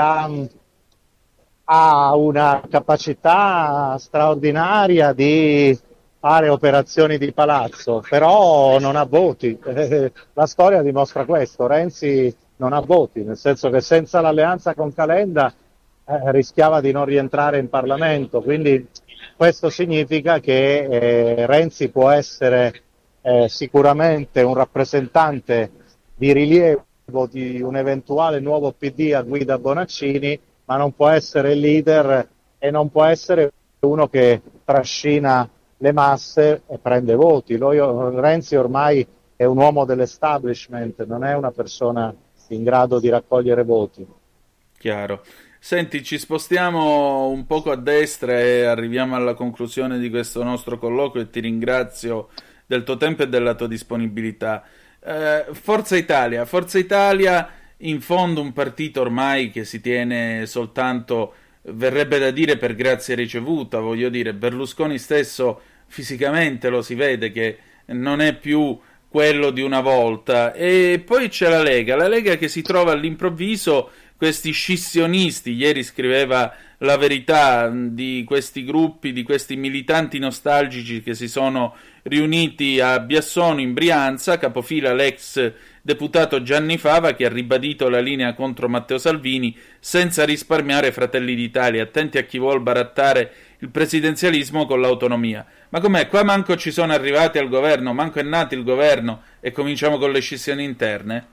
ha una capacità straordinaria di fare operazioni di palazzo, però non ha voti. La storia dimostra questo, Renzi non ha voti, nel senso che senza l'alleanza con Calenda rischiava di non rientrare in Parlamento, quindi questo significa che Renzi può essere sicuramente un rappresentante di rilievo di un eventuale nuovo PD a guida Bonaccini, ma non può essere il leader e non può essere uno che trascina le masse e prende voti. Renzi ormai è un uomo dell'establishment, non è una persona in grado di raccogliere voti. Chiaro. Senti, ci spostiamo un poco a destra e arriviamo alla conclusione di questo nostro colloquio e ti ringrazio del tuo tempo e della tua disponibilità. Forza Italia, in fondo un partito ormai che si tiene soltanto, verrebbe da dire, per grazia ricevuta, voglio dire, Berlusconi stesso fisicamente lo si vede che non è più quello di una volta, e poi c'è la Lega che si trova all'improvviso questi scissionisti. Ieri scriveva La Verità di questi gruppi, di questi militanti nostalgici che si sono riuniti a Biassono in Brianza, capofila l'ex deputato Gianni Fava, che ha ribadito la linea contro Matteo Salvini senza risparmiare Fratelli d'Italia, attenti a chi vuol barattare il presidenzialismo con l'autonomia. Ma com'è? Qua manco ci sono arrivati al governo, manco è nato il governo e cominciamo con le scissioni interne?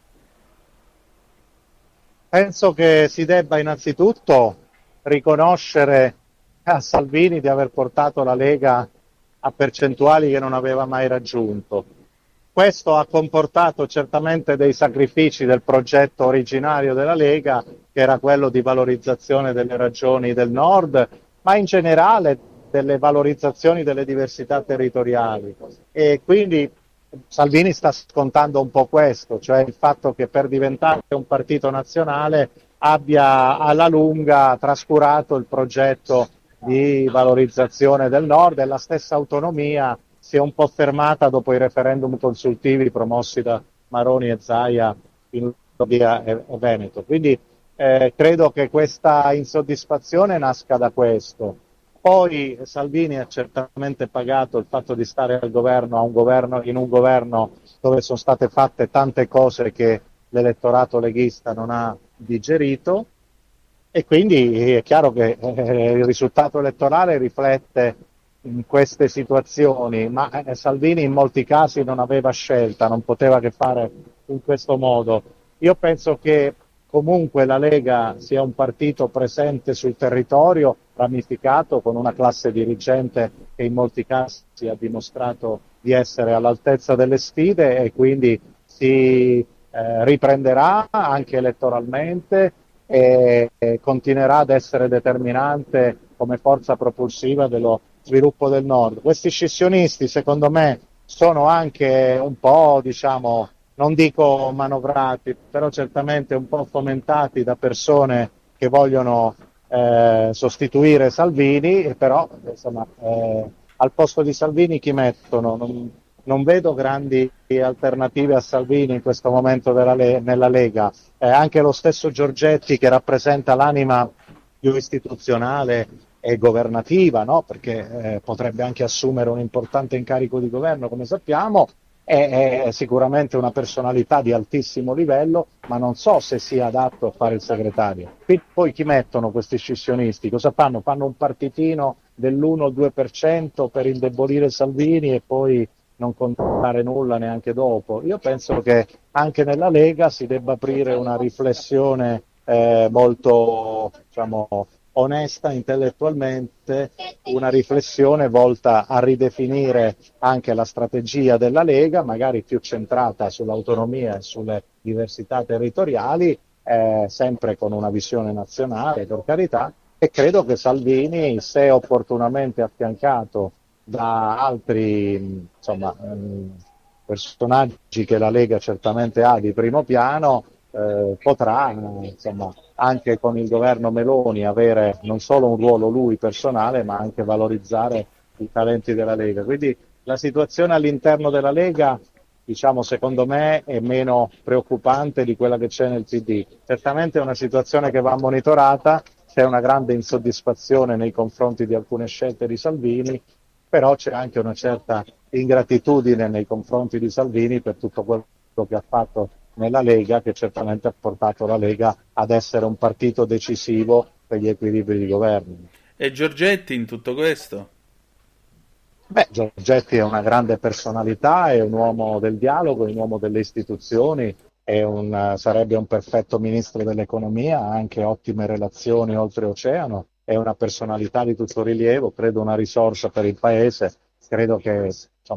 Penso che si debba innanzitutto riconoscere a Salvini di aver portato la Lega a percentuali che non aveva mai raggiunto. Questo ha comportato certamente dei sacrifici del progetto originario della Lega, che era quello di valorizzazione delle regioni del nord, ma in generale delle valorizzazioni delle diversità territoriali. E quindi Salvini sta scontando un po' questo, cioè il fatto che per diventare un partito nazionale abbia alla lunga trascurato il progetto di valorizzazione del nord, e la stessa autonomia si è un po' fermata dopo i referendum consultivi promossi da Maroni e Zaia in Lombardia e Veneto. Quindi credo che questa insoddisfazione nasca da questo. Poi Salvini ha certamente pagato il fatto di stare al governo, in un governo dove sono state fatte tante cose che l'elettorato leghista non ha digerito, e quindi è chiaro che il risultato elettorale riflette in queste situazioni, ma Salvini in molti casi non aveva scelta, non poteva che fare in questo modo. Io penso che comunque la Lega sia un partito presente sul territorio, ramificato, con una classe dirigente che in molti casi ha dimostrato di essere all'altezza delle sfide, e quindi si riprenderà anche elettoralmente e continuerà ad essere determinante come forza propulsiva dello sviluppo del nord. Questi scissionisti, secondo me, sono anche un po', diciamo, non dico manovrati, però certamente un po' fomentati da persone che vogliono sostituire Salvini, e però insomma al posto di Salvini chi mettono? Non vedo grandi alternative a Salvini in questo momento nella Lega. Anche lo stesso Giorgetti, che rappresenta l'anima più istituzionale e governativa, no? Perché potrebbe anche assumere un importante incarico di governo, come sappiamo, è sicuramente una personalità di altissimo livello, ma non so se sia adatto a fare il segretario. Poi chi mettono questi scissionisti? Cosa fanno? Fanno un partitino dell'1-2% per indebolire Salvini e poi non contare nulla neanche dopo. Io penso che anche nella Lega si debba aprire una riflessione molto, diciamo, onesta intellettualmente una riflessione volta a ridefinire anche la strategia della Lega, magari più centrata sull'autonomia e sulle diversità territoriali, sempre con una visione nazionale, per carità, e credo che Salvini, se opportunamente affiancato da altri personaggi che la Lega certamente ha di primo piano, potrà anche con il governo Meloni avere non solo un ruolo lui personale, ma anche valorizzare i talenti della Lega. Quindi la situazione all'interno della Lega, secondo me, è meno preoccupante di quella che c'è nel PD. Certamente è una situazione che va monitorata, c'è una grande insoddisfazione nei confronti di alcune scelte di Salvini, però c'è anche una certa ingratitudine nei confronti di Salvini per tutto quello che ha fatto nella Lega, che certamente ha portato la Lega ad essere un partito decisivo per gli equilibri di governo. E Giorgetti in tutto questo? Giorgetti è una grande personalità, è un uomo del dialogo, è un uomo delle istituzioni, sarebbe un perfetto ministro dell'economia, ha anche ottime relazioni oltreoceano, è una personalità di tutto rilievo, credo una risorsa per il Paese, credo che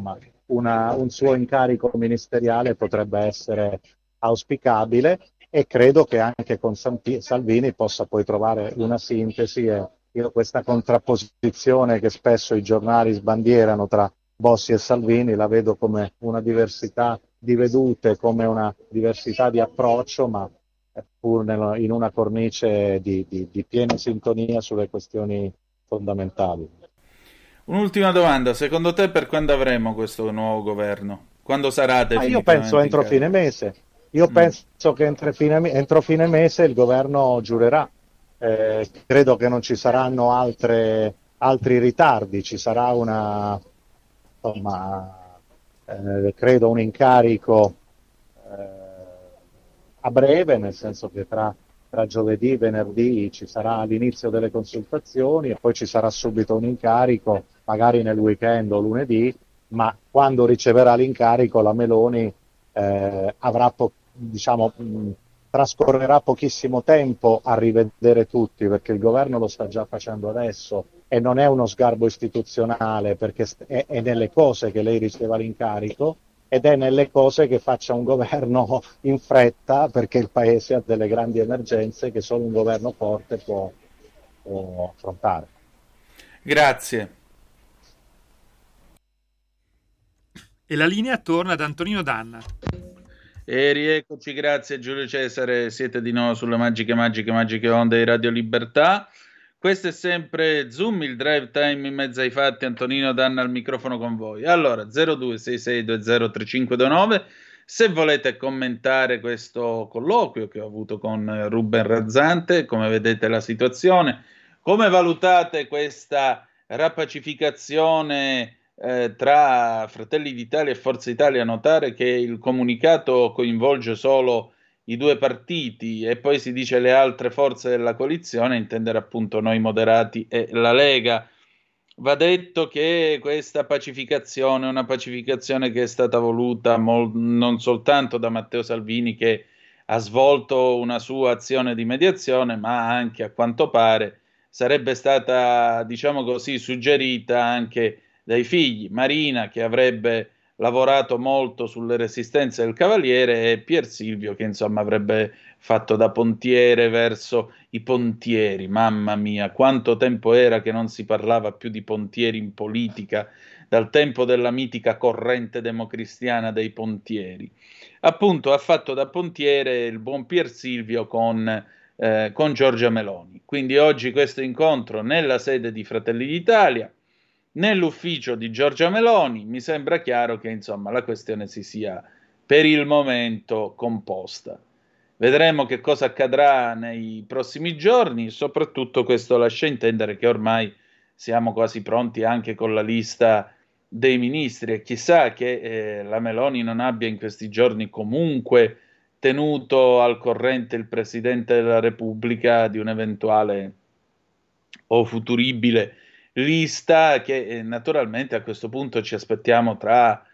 un suo incarico ministeriale potrebbe essere auspicabile e credo che anche con Salvini possa poi trovare una sintesi. E io questa contrapposizione che spesso i giornali sbandierano tra Bossi e Salvini la vedo come una diversità di vedute, come una diversità di approccio, ma pur in una cornice di piena sintonia sulle questioni fondamentali. Un'ultima domanda, secondo te per quando avremo questo nuovo governo? Quando sarà definitivamente? Io penso entro fine mese. Penso che entro fine mese il governo giurerà. Credo che non ci saranno altri ritardi, ci sarà credo un incarico a breve, nel senso che tra giovedì e venerdì ci sarà l'inizio delle consultazioni e poi ci sarà subito un incarico, magari nel weekend o lunedì, ma quando riceverà l'incarico la Meloni trascorrerà pochissimo tempo a rivedere tutti, perché il governo lo sta già facendo adesso e non è uno sgarbo istituzionale, perché è nelle cose che lei riceva l'incarico ed è nelle cose che faccia un governo in fretta, perché il Paese ha delle grandi emergenze che solo un governo forte può affrontare. Grazie. E la linea torna ad Antonino Danna. E rieccoci, grazie Giulio Cesare, siete di nuovo sulle magiche onde di Radio Libertà. Questo è sempre Zoom, il drive time in mezzo ai fatti. Antonino Danna al microfono con voi. Allora, 0266203529, se volete commentare questo colloquio che ho avuto con Ruben Razzante, come vedete la situazione, come valutate questa rapacificazione tra Fratelli d'Italia e Forza Italia? Notare che il comunicato coinvolge solo i due partiti e poi si dice le altre forze della coalizione, intendere appunto noi moderati e la Lega. Va detto che questa pacificazione è una pacificazione che è stata voluta non soltanto da Matteo Salvini, che ha svolto una sua azione di mediazione, ma anche, a quanto pare, sarebbe stata, diciamo così, suggerita anche dai figli, Marina, che avrebbe lavorato molto sulle resistenze del Cavaliere, e Pier Silvio, che insomma avrebbe fatto da pontiere verso i pontieri. Mamma mia, quanto tempo era che non si parlava più di pontieri in politica, dal tempo della mitica corrente democristiana dei pontieri. Appunto ha fatto da pontiere il buon Pier Silvio con Giorgia Meloni. Quindi oggi questo incontro nella sede di Fratelli d'Italia, nell'ufficio di Giorgia Meloni, mi sembra chiaro che insomma la questione si sia per il momento composta. Vedremo che cosa accadrà nei prossimi giorni, soprattutto questo lascia intendere che ormai siamo quasi pronti anche con la lista dei ministri, e chissà che la Meloni non abbia in questi giorni comunque tenuto al corrente il Presidente della Repubblica di un'eventuale o futuribile lista che naturalmente a questo punto ci aspettiamo tra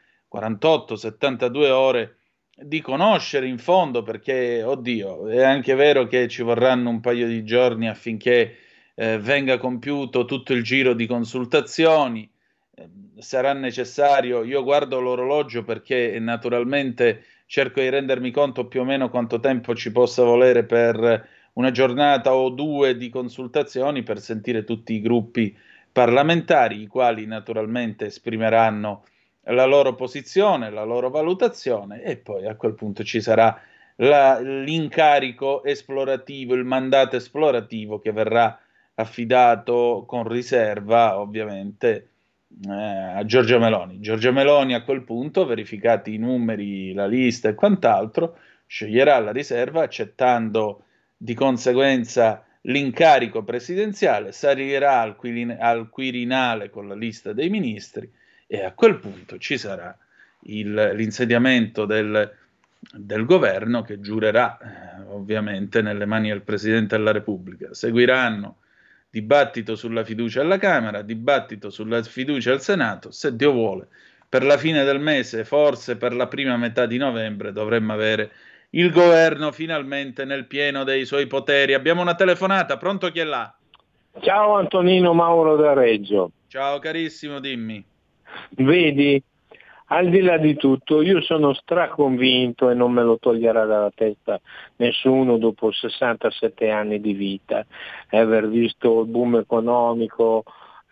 48-72 ore di conoscere in fondo, perché oddio, è anche vero che ci vorranno un paio di giorni affinché venga compiuto tutto il giro di consultazioni. Sarà necessario, io guardo l'orologio perché naturalmente cerco di rendermi conto più o meno quanto tempo ci possa volere per una giornata o due di consultazioni, per sentire tutti i gruppi parlamentari, i quali naturalmente esprimeranno la loro posizione, la loro valutazione, e poi a quel punto ci sarà l'incarico esplorativo, il mandato esplorativo che verrà affidato con riserva ovviamente a Giorgia Meloni. Giorgia Meloni a quel punto, verificati i numeri, la lista e quant'altro, sceglierà la riserva accettando di conseguenza l'incarico presidenziale, salirà al Quirinale con la lista dei ministri e a quel punto ci sarà l'insediamento del governo che giurerà ovviamente nelle mani del Presidente della Repubblica. Seguiranno dibattito sulla fiducia alla Camera, dibattito sulla fiducia al Senato. Se Dio vuole, per la fine del mese, forse per la prima metà di novembre, dovremmo avere il governo finalmente nel pieno dei suoi poteri. Abbiamo una telefonata, pronto, chi è là? Ciao Antonino, Mauro da Reggio. Ciao carissimo, dimmi. Vedi, al di là di tutto, io sono straconvinto, e non me lo toglierà dalla testa nessuno dopo 67 anni di vita, aver visto il boom economico,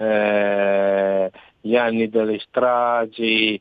gli anni delle stragi,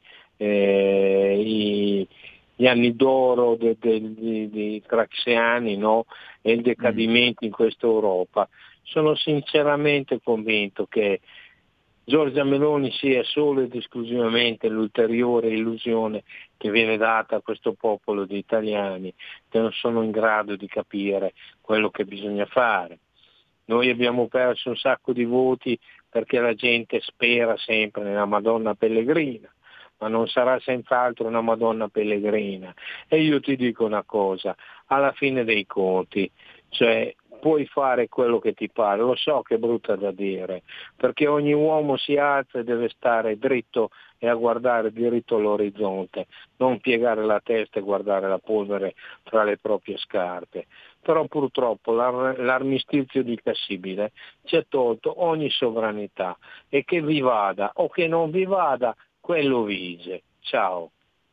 gli anni d'oro dei craxiani, no? E il decadimento in questa Europa. Sono sinceramente convinto che Giorgia Meloni sia solo ed esclusivamente l'ulteriore illusione che viene data a questo popolo di italiani che non sono in grado di capire quello che bisogna fare. Noi abbiamo perso un sacco di voti perché la gente spera sempre nella Madonna Pellegrina, ma non sarà senz'altro una Madonna Pellegrina. E io ti dico una cosa, alla fine dei conti, cioè puoi fare quello che ti pare, lo so che è brutta da dire, perché ogni uomo si alza e deve stare dritto e a guardare diritto all'orizzonte, non piegare la testa e guardare la polvere tra le proprie scarpe. Però purtroppo l'armistizio di Cassibile ci ha tolto ogni sovranità, e che vi vada o che non vi vada, quello vige. Ciao.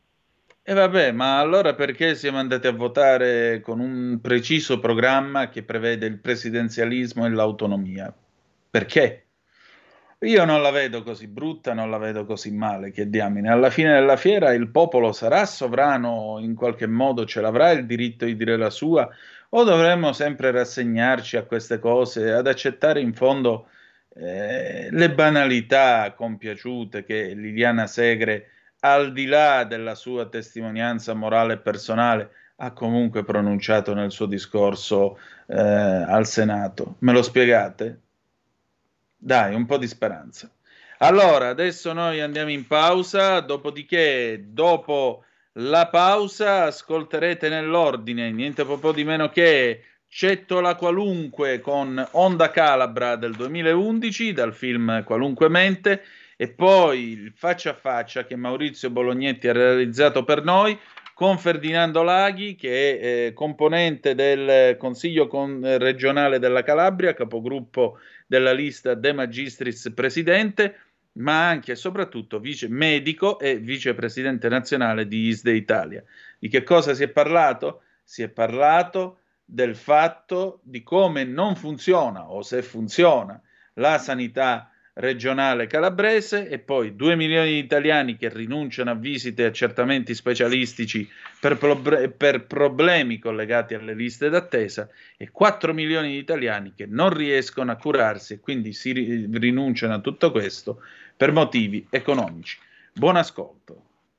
E vabbè, ma allora perché siamo andati a votare con un preciso programma che prevede il presidenzialismo e l'autonomia? Perché? Io non la vedo così brutta, non la vedo così male, che diamine. Alla fine della fiera il popolo sarà sovrano, in qualche modo ce l'avrà il diritto di dire la sua, o dovremmo sempre rassegnarci a queste cose, ad accettare in fondo le banalità compiaciute che Liliana Segre, al di là della sua testimonianza morale e personale, ha comunque pronunciato nel suo discorso al Senato. Me lo spiegate? Dai, un po' di speranza. Allora, adesso noi andiamo in pausa, dopodiché, dopo la pausa, ascolterete nell'ordine, niente po' di meno che Cettola Qualunque con Onda Calabra del 2011, dal film Qualunque Mente, e poi il Faccia a Faccia che Maurizio Bolognetti ha realizzato per noi con Ferdinando Laghi, che è componente del Consiglio regionale della Calabria, capogruppo della lista De Magistris presidente, ma anche e soprattutto vice medico e vicepresidente nazionale di ISDE Italia. Di che cosa si è parlato? Si è parlato del fatto di come non funziona, o se funziona, la sanità regionale calabrese, e poi 2 milioni di italiani che rinunciano a visite e accertamenti specialistici per problemi collegati alle liste d'attesa, e 4 milioni di italiani che non riescono a curarsi e quindi si rinunciano a tutto questo per motivi economici. Buon ascolto.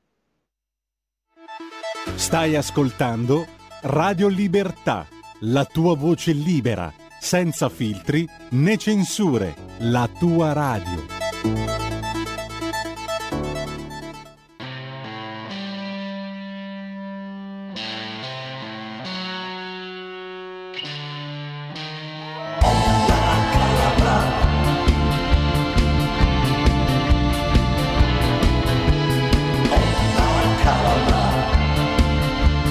Stai ascoltando Radio Libertà, la tua voce libera, senza filtri né censure, la tua radio.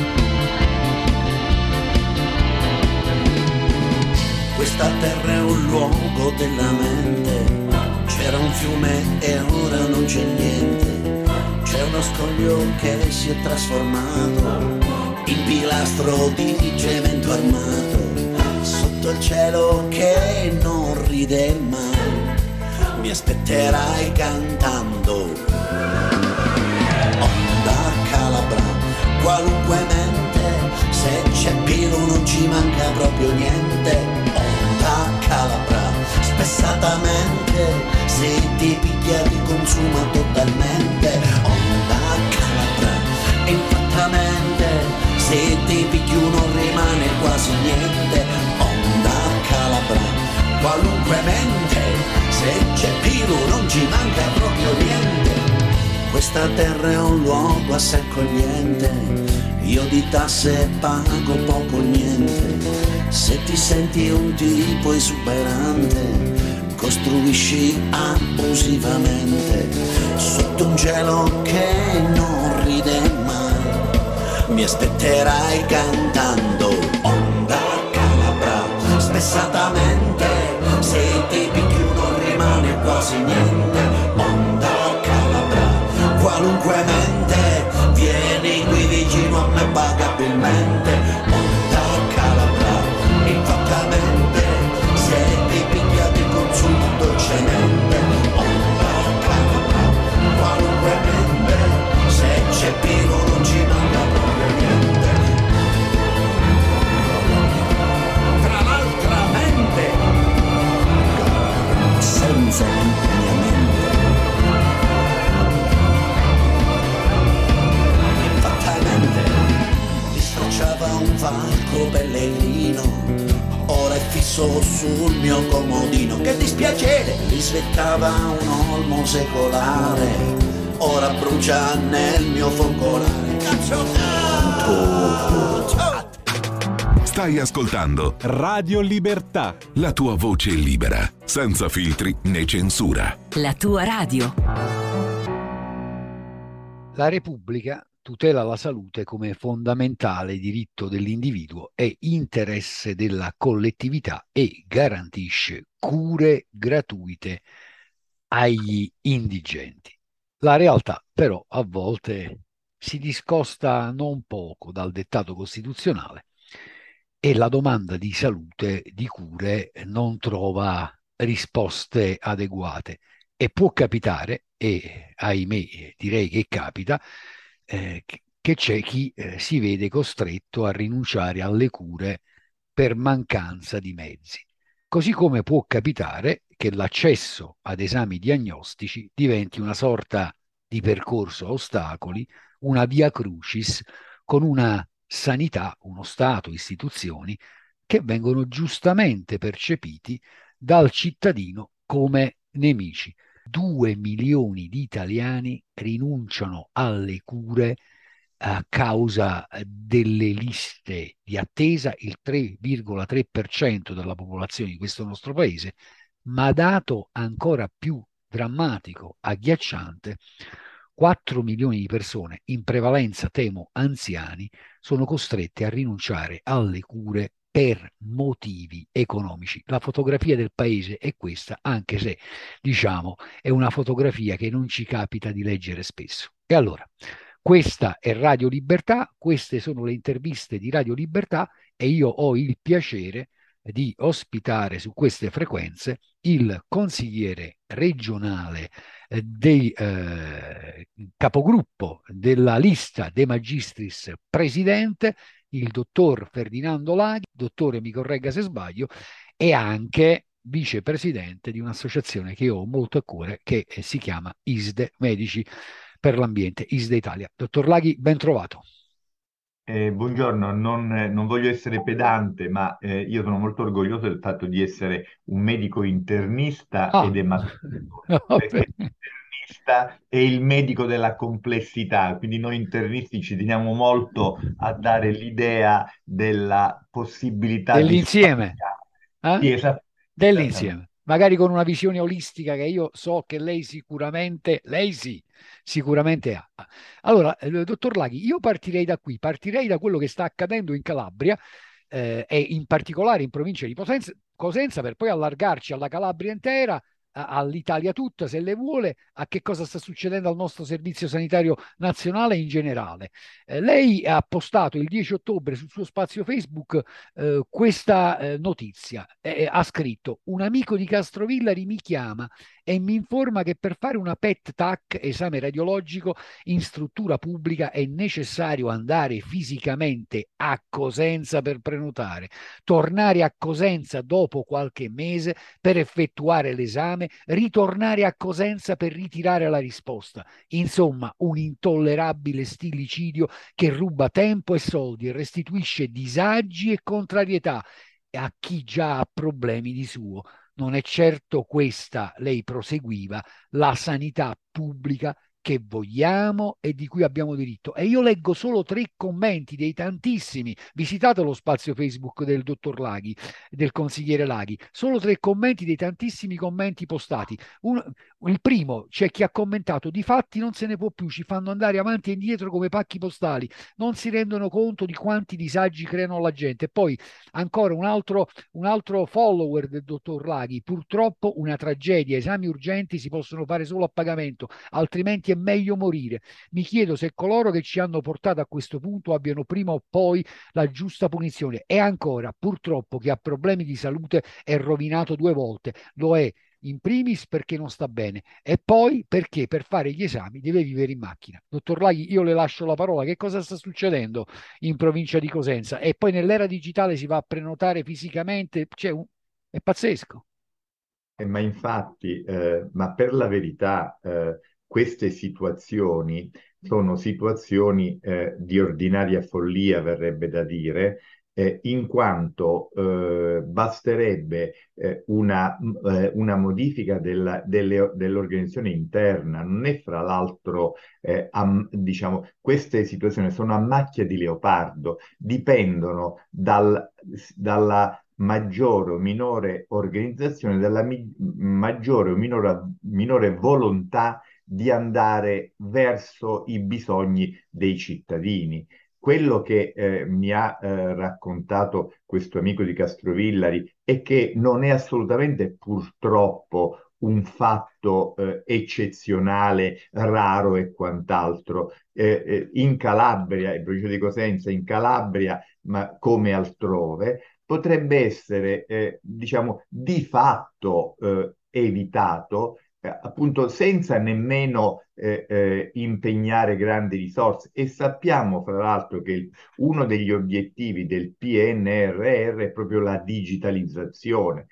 Questa terra è un luogo della mente. C'era un fiume e ora non c'è niente. C'è uno scoglio che si è trasformato in pilastro di cemento armato. Sotto il cielo che non ride mai, mi aspetterai cantando. Onda calabra, qualunque mente, se c'è Pilo non ci manca proprio niente. Onda calabra, spessatamente, se ti picchia ti consuma totalmente. Onda calabra, infattamente, se ti picchi non rimane quasi niente. Onda calabra, qualunque mente, se c'è Pilo non ci manca proprio niente. Questa terra è un luogo assai accogliente, io di tasse pago poco o niente. Se ti senti un tipo esuberante, costruisci abusivamente sotto un cielo che non ride mai, mi aspetterai cantando. Onda calabra, spessatamente, se ti picchi non rimane quasi niente. Onda calabra, qualunque mente, vieni qui vicino a me pagabilmente. Onda calabra, infattamente, se ti picchia ti consuma dolcemente. Onda calabra, qualunque mente, se c'è Pilo non ci manca proprio niente. Tra l'altra mente, senza tutta mia mente. Stracciava un falco pellegrino, ora è fisso sul mio comodino. Che dispiacere! Gli svettava un olmo secolare, ora brucia nel mio focolare. Cazzo! Stai ascoltando Radio Libertà, la tua voce libera, senza filtri né censura. La tua radio. La Repubblica tutela la salute come fondamentale diritto dell'individuo e interesse della collettività e garantisce cure gratuite agli indigenti. La realtà però a volte si discosta non poco dal dettato costituzionale e la domanda di salute, di cure, non trova risposte adeguate e può capitare, e ahimè direi che capita, che c'è chi si vede costretto a rinunciare alle cure per mancanza di mezzi. Così come può capitare che l'accesso ad esami diagnostici diventi una sorta di percorso a ostacoli, una via crucis, con una sanità, uno Stato, istituzioni che vengono giustamente percepiti dal cittadino come nemici. 2 milioni di italiani rinunciano alle cure a causa delle liste di attesa, il 3,3% della popolazione di questo nostro paese, ma dato ancora più drammatico, agghiacciante, 4 milioni di persone, in prevalenza temo anziani, sono costrette a rinunciare alle cure per motivi economici. La fotografia del paese è questa, anche se, diciamo, è una fotografia che non ci capita di leggere spesso. E allora, questa è Radio Libertà, queste sono le interviste di Radio Libertà e io ho il piacere di ospitare su queste frequenze il consigliere regionale dei capogruppo della lista De Magistris presidente, il dottor Ferdinando Laghi, dottore mi corregga se sbaglio, e anche vicepresidente di un'associazione che ho molto a cuore che si chiama ISDE, Medici per l'Ambiente, ISDE Italia. Dottor Laghi, ben trovato. Buongiorno, non voglio essere pedante, ma io sono molto orgoglioso del fatto di essere un medico internista ed ematologo, perché l'internista è il medico della complessità, quindi noi internisti ci teniamo molto a dare l'idea della possibilità dell'insieme, Sì, dell'insieme, magari con una visione olistica che io so che lei sicuramente ha. Allora, dottor Laghi, io partirei da qui, partirei da quello che sta accadendo in Calabria, e in particolare in provincia di Cosenza, per poi allargarci alla Calabria intera, all'Italia tutta, se le vuole, a che cosa sta succedendo al nostro Servizio Sanitario Nazionale in generale. Lei ha postato il 10 ottobre sul suo spazio Facebook questa notizia. Ha scritto: un amico di Castrovillari mi chiama e mi informa che per fare una PET-TAC, esame radiologico in struttura pubblica, è necessario andare fisicamente a Cosenza per prenotare, tornare a Cosenza dopo qualche mese per effettuare l'esame, ritornare a Cosenza per ritirare la risposta. Insomma, un intollerabile stillicidio che ruba tempo e soldi e restituisce disagi e contrarietà a chi già ha problemi di suo. Non è certo questa, lei proseguiva, la sanità pubblica che vogliamo e di cui abbiamo diritto. E io leggo solo 3 commenti dei tantissimi. Visitate lo spazio Facebook del dottor Laghi, del consigliere Laghi. Solo 3 commenti dei tantissimi commenti postati. Il primo, c'è chi ha commentato: difatti non se ne può più, ci fanno andare avanti e indietro come pacchi postali, non si rendono conto di quanti disagi creano alla gente. E poi ancora un altro follower del dottor Laghi: purtroppo una tragedia, esami urgenti si possono fare solo a pagamento, altrimenti è meglio morire. Mi chiedo se coloro che ci hanno portato a questo punto abbiano prima o poi la giusta punizione. E ancora, purtroppo chi ha problemi di salute è rovinato 2 volte. Lo è in primis perché non sta bene e poi perché per fare gli esami deve vivere in macchina. Dottor Laghi, io le lascio la parola. Che cosa sta succedendo in provincia di Cosenza? E poi nell'era digitale si va a prenotare fisicamente, è pazzesco. Ma infatti, ma per la verità, queste situazioni sono situazioni di ordinaria follia, verrebbe da dire, in quanto basterebbe una modifica dell'organizzazione interna. Non è fra l'altro, diciamo, queste situazioni sono a macchia di leopardo, dipendono dalla maggiore o minore organizzazione, dalla maggiore o minore volontà di andare verso i bisogni dei cittadini. Quello che mi ha raccontato questo amico di Castrovillari è che non è assolutamente, purtroppo, un fatto eccezionale, raro e quant'altro. In Calabria, in provincia di Cosenza, in Calabria, ma come altrove, potrebbe essere, diciamo, di fatto evitato, appunto senza nemmeno impegnare grandi risorse. E sappiamo, fra l'altro, che uno degli obiettivi del PNRR è proprio la digitalizzazione.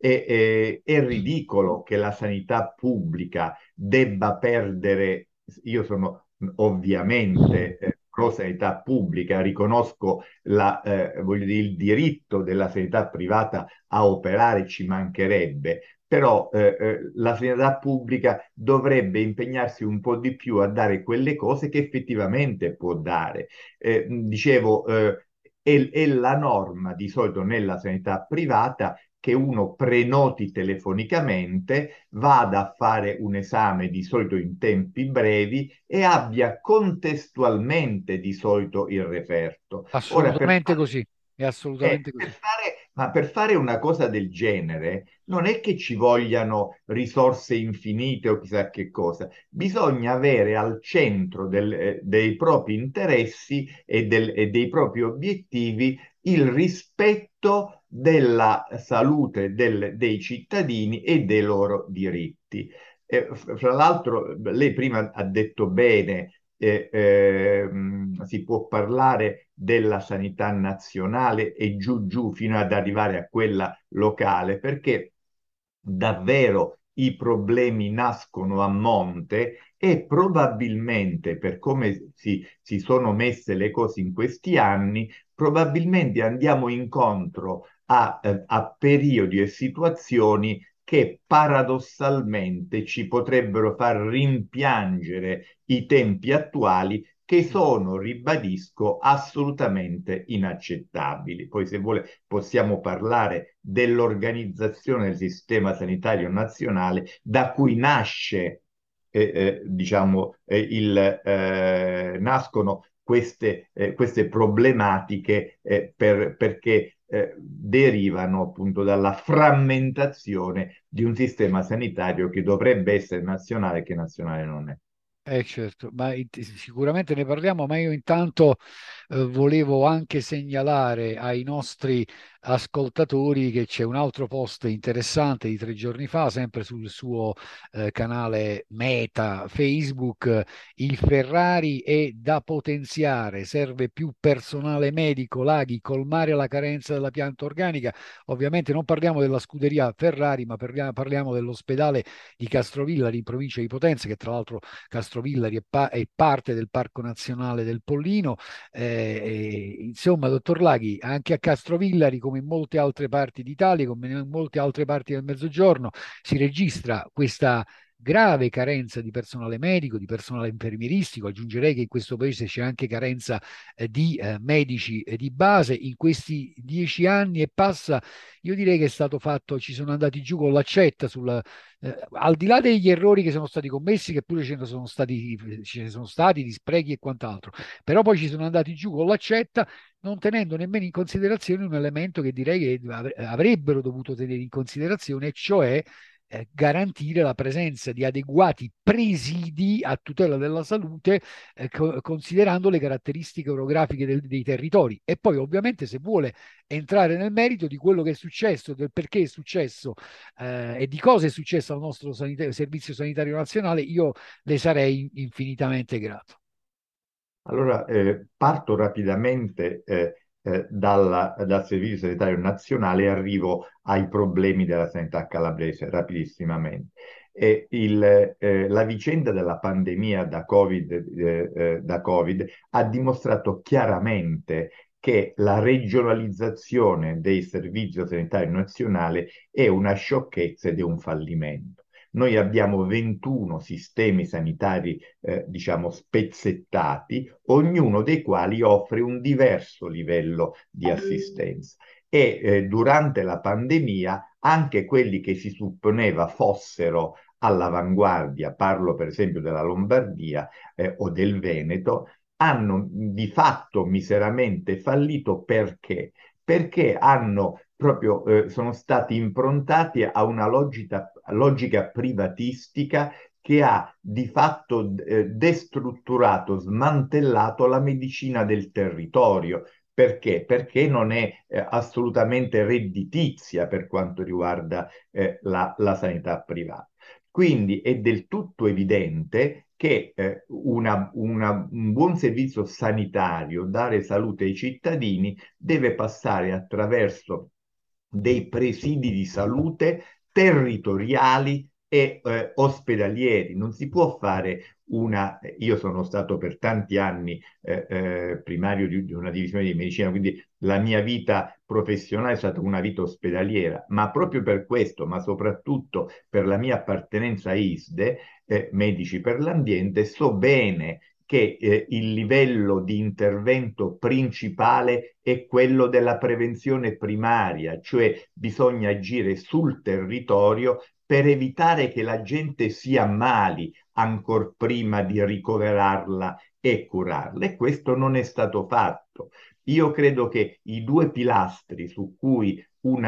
È ridicolo che la sanità pubblica debba perdere. Io sono ovviamente pro sanità pubblica, riconosco voglio dire, il diritto della sanità privata a operare, ci mancherebbe, però la sanità pubblica dovrebbe impegnarsi un po' di più a dare quelle cose che effettivamente può dare. Dicevo, è la norma di solito nella sanità privata che uno prenoti telefonicamente, vada a fare un esame di solito in tempi brevi e abbia contestualmente di solito il referto. Assolutamente così, è assolutamente così. Ma per fare una cosa del genere non è che ci vogliano risorse infinite o chissà che cosa, bisogna avere al centro dei propri interessi e dei propri obiettivi il rispetto della salute dei cittadini e dei loro diritti. Fra l'altro, lei prima ha detto bene, si può parlare della sanità nazionale e giù fino ad arrivare a quella locale, perché davvero i problemi nascono a monte e probabilmente, per come si sono messe le cose in questi anni, probabilmente andiamo incontro a periodi e situazioni che paradossalmente ci potrebbero far rimpiangere i tempi attuali, che sono, ribadisco, assolutamente inaccettabili. Poi, se vuole, possiamo parlare dell'organizzazione del sistema sanitario nazionale, da cui nasce, diciamo, nascono queste problematiche perché derivano appunto dalla frammentazione di un sistema sanitario che dovrebbe essere nazionale e che nazionale non è. Certo, ma sicuramente ne parliamo, ma io intanto volevo anche segnalare ai nostri ascoltatori che c'è un altro post interessante di 3 giorni fa, sempre sul suo canale Meta Facebook. Il Ferrari è da potenziare, serve più personale medico, Laghi, colmare la carenza della pianta organica. Ovviamente non parliamo della scuderia Ferrari, ma parliamo dell'ospedale di Castrovillari in provincia di Potenza, che tra l'altro Castrovillari è parte del Parco Nazionale del Pollino. Insomma, dottor Laghi, anche a Castrovillari, come in molte altre parti d'Italia, come in molte altre parti del Mezzogiorno, si registra questa grave carenza di personale medico, di personale infermieristico. Aggiungerei che in questo paese c'è anche carenza di medici di base. In questi 10 anni e passa, io direi che è stato fatto, ci sono andati giù con l'accetta al di là degli errori che sono stati commessi, che pure ce ne sono stati di sprechi e quant'altro, però poi ci sono andati giù con l'accetta, non tenendo nemmeno in considerazione un elemento che direi che avrebbero dovuto tenere in considerazione, cioè garantire la presenza di adeguati presidi a tutela della salute, considerando le caratteristiche orografiche dei territori. E poi ovviamente, se vuole entrare nel merito di quello che è successo, del perché è successo e di cosa è successo al nostro Servizio Sanitario Nazionale, io le sarei infinitamente grato. Allora, parto rapidamente dal Servizio Sanitario Nazionale e arrivo ai problemi della sanità calabrese rapidissimamente. La vicenda della pandemia da Covid ha dimostrato chiaramente che la regionalizzazione dei servizi sanitari nazionali è una sciocchezza ed è un fallimento. Noi abbiamo 21 sistemi sanitari, diciamo, spezzettati, ognuno dei quali offre un diverso livello di assistenza. E durante la pandemia anche quelli che si supponeva fossero all'avanguardia, parlo per esempio della Lombardia o del Veneto, hanno di fatto miseramente fallito. Perché? Perché sono stati improntati a una logica privatistica che ha di fatto destrutturato, smantellato la medicina del territorio. Perché? Perché non è assolutamente redditizia per quanto riguarda la sanità privata. Quindi è del tutto evidente che un buon servizio sanitario, dare salute ai cittadini, deve passare attraverso dei presidi di salute territoriali e ospedalieri. Non si può fare io sono stato per tanti anni primario di una divisione di medicina, quindi la mia vita professionale è stata una vita ospedaliera, ma proprio per questo, ma soprattutto per la mia appartenenza a ISDE, Medici per l'Ambiente, so bene che il livello di intervento principale è quello della prevenzione primaria, cioè bisogna agire sul territorio per evitare che la gente si ammali ancor prima di ricoverarla e curarla. E questo non è stato fatto. Io credo che i due pilastri su cui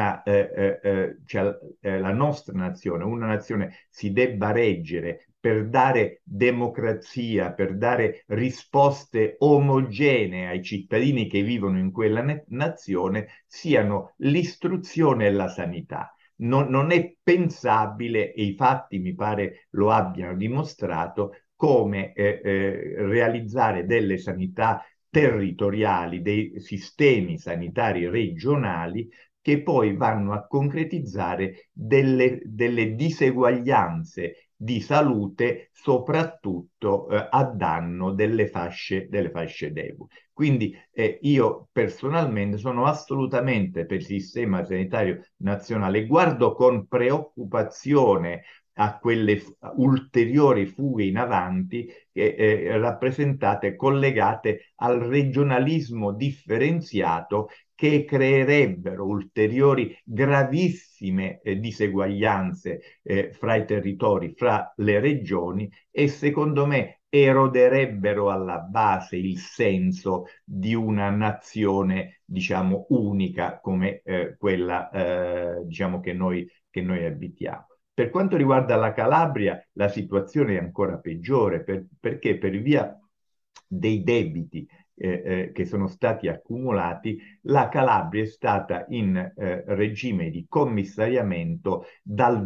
la nostra nazione, una nazione, si debba reggere per dare democrazia, per dare risposte omogenee ai cittadini che vivono in quella nazione, siano l'istruzione e la sanità. Non è pensabile, e i fatti mi pare lo abbiano dimostrato, come realizzare delle sanità territoriali, dei sistemi sanitari regionali che poi vanno a concretizzare delle diseguaglianze di salute, soprattutto a danno delle fasce deboli. Quindi io personalmente sono assolutamente per il sistema sanitario nazionale, guardo con preoccupazione a quelle ulteriori fughe in avanti rappresentate, collegate al regionalismo differenziato, che creerebbero ulteriori gravissime diseguaglianze fra i territori, fra le regioni, e secondo me eroderebbero alla base il senso di una nazione, diciamo, unica come quella, diciamo, che noi abitiamo. Per quanto riguarda la Calabria, la situazione è ancora peggiore perché per via dei debiti che sono stati accumulati, la Calabria è stata in regime di commissariamento dal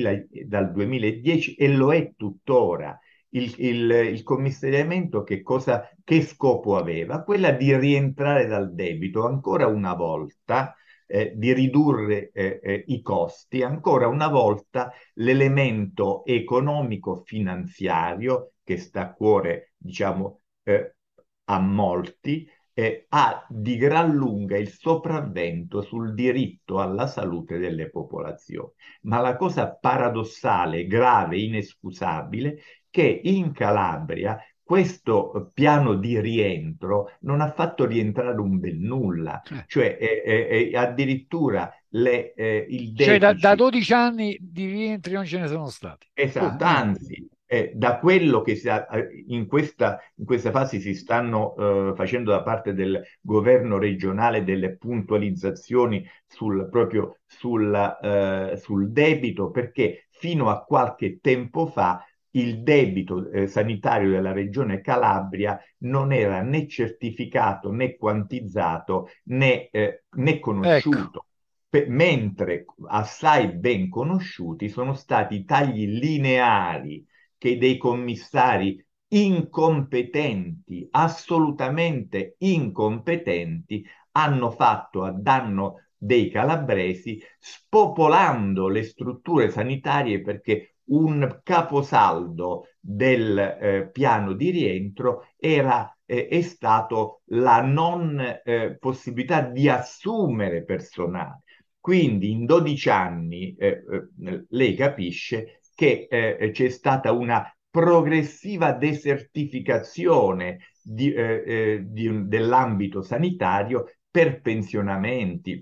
2010 e lo è tuttora. Il commissariamento che scopo aveva? Quella di rientrare dal debito ancora una volta, di ridurre i costi, ancora una volta l'elemento economico-finanziario che sta a cuore, diciamo, a molti, ha di gran lunga il sopravvento sul diritto alla salute delle popolazioni. Ma la cosa paradossale, grave, inescusabile, che in Calabria questo piano di rientro non ha fatto rientrare un bel nulla, cioè addirittura il Cioè da deficit... 12 anni di rientri non ce ne sono stati. Esatto, anzi, da quello che in questa fase si stanno facendo da parte del governo regionale delle puntualizzazioni proprio sul debito, perché fino a qualche tempo fa il debito sanitario della regione Calabria non era né certificato né quantizzato né conosciuto. Mentre assai ben conosciuti sono stati i tagli lineari che dei commissari incompetenti, assolutamente incompetenti, hanno fatto a danno dei calabresi, spopolando le strutture sanitarie, perché un caposaldo del piano di rientro è stato la non possibilità di assumere personale. Quindi in 12 anni lei capisce che c'è stata una progressiva desertificazione dell'ambito sanitario per pensionamenti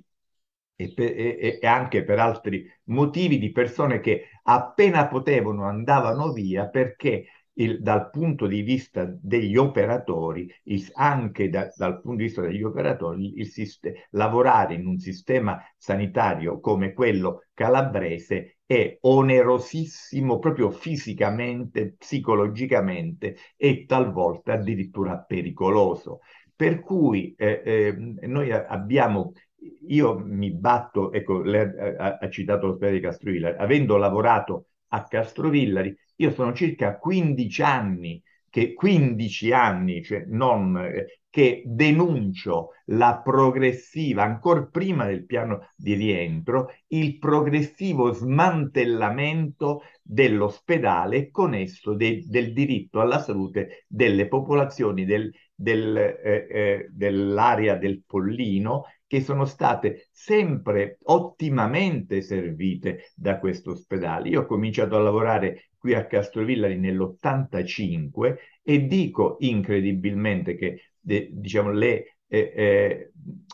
e anche per altri motivi, di persone che appena potevano andavano via perché dal punto di vista degli operatori, anche dal punto di vista degli operatori, lavorare in un sistema sanitario come quello calabrese è onerosissimo proprio fisicamente, psicologicamente e talvolta addirittura pericoloso. Per cui noi abbiamo... Io mi batto, ecco, lei ha citato l'ospedale di Castrovillari, avendo lavorato a Castrovillari, io sono circa 15 anni, cioè che denuncio la progressiva, ancora prima del piano di rientro, il progressivo smantellamento dell'ospedale e con esso del diritto alla salute delle popolazioni dell'area del Pollino, che sono state sempre ottimamente servite da questo ospedale. Io ho cominciato a lavorare qui a Castrovillari nell'85 e dico incredibilmente che diciamo, le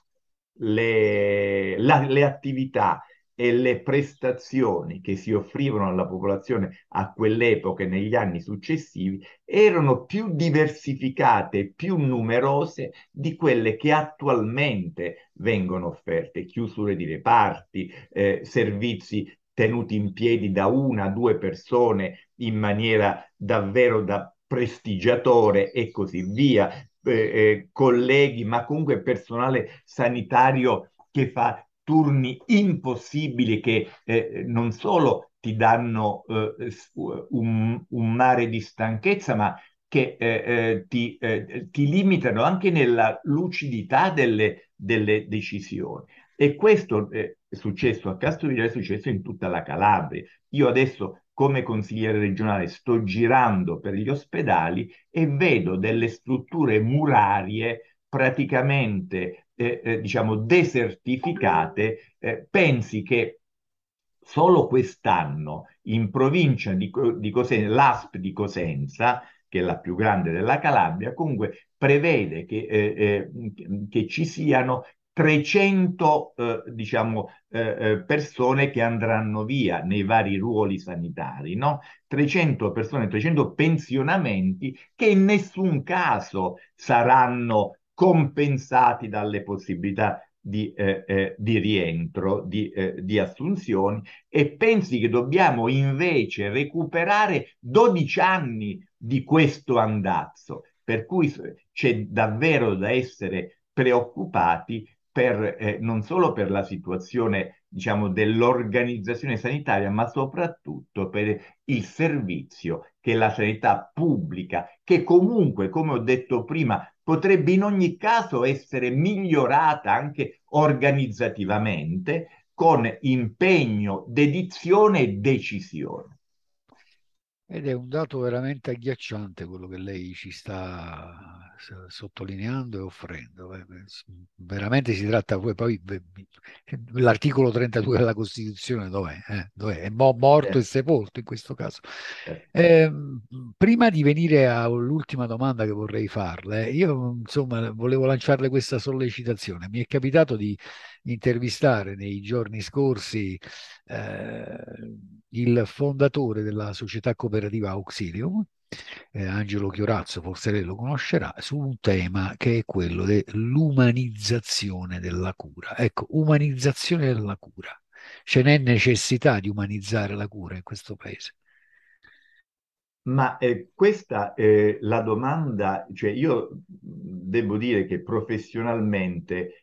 attività e le prestazioni che si offrivano alla popolazione a quell'epoca e negli anni successivi erano più diversificate, più numerose di quelle che attualmente vengono offerte: chiusure di reparti, servizi tenuti in piedi da una, due persone in maniera davvero da prestigiatore e così via, colleghi, ma comunque personale sanitario che fa turni impossibili che non solo ti danno un mare di stanchezza, ma che ti limitano anche nella lucidità delle decisioni. E questo è successo a Castrovillari, è successo in tutta la Calabria. Io adesso, come consigliere regionale, sto girando per gli ospedali e vedo delle strutture murarie praticamente diciamo desertificate. Pensi che solo quest'anno in provincia di Cosenza, l'ASP di Cosenza, che è la più grande della Calabria, comunque prevede che ci siano 300 persone che andranno via nei vari ruoli sanitari, no? 300 persone, 300 pensionamenti che in nessun caso saranno compensati dalle possibilità di rientro, di assunzioni, e pensi che dobbiamo invece recuperare 12 anni di questo andazzo, per cui c'è davvero da essere preoccupati non solo per la situazione, diciamo, dell'organizzazione sanitaria, ma soprattutto per il servizio che la sanità pubblica, che comunque, come ho detto prima, potrebbe in ogni caso essere migliorata anche organizzativamente, con impegno, dedizione e decisione. Ed è un dato veramente agghiacciante quello che lei ci sta sottolineando e offrendo. Veramente si tratta poi l'articolo 32 della Costituzione dov'è? Dov'è? È morto e sepolto in questo caso. Prima di venire all'ultima domanda che vorrei farle, io insomma volevo lanciarle questa sollecitazione. Mi è capitato di intervistare nei giorni scorsi il fondatore della società cooperativa Auxilium, Angelo Chiorazzo, forse lei lo conoscerà, su un tema che è quello dell'umanizzazione della cura. Ecco, umanizzazione della cura. Ce n'è necessità di umanizzare la cura in questo paese? Ma questa è la domanda, cioè io devo dire che professionalmente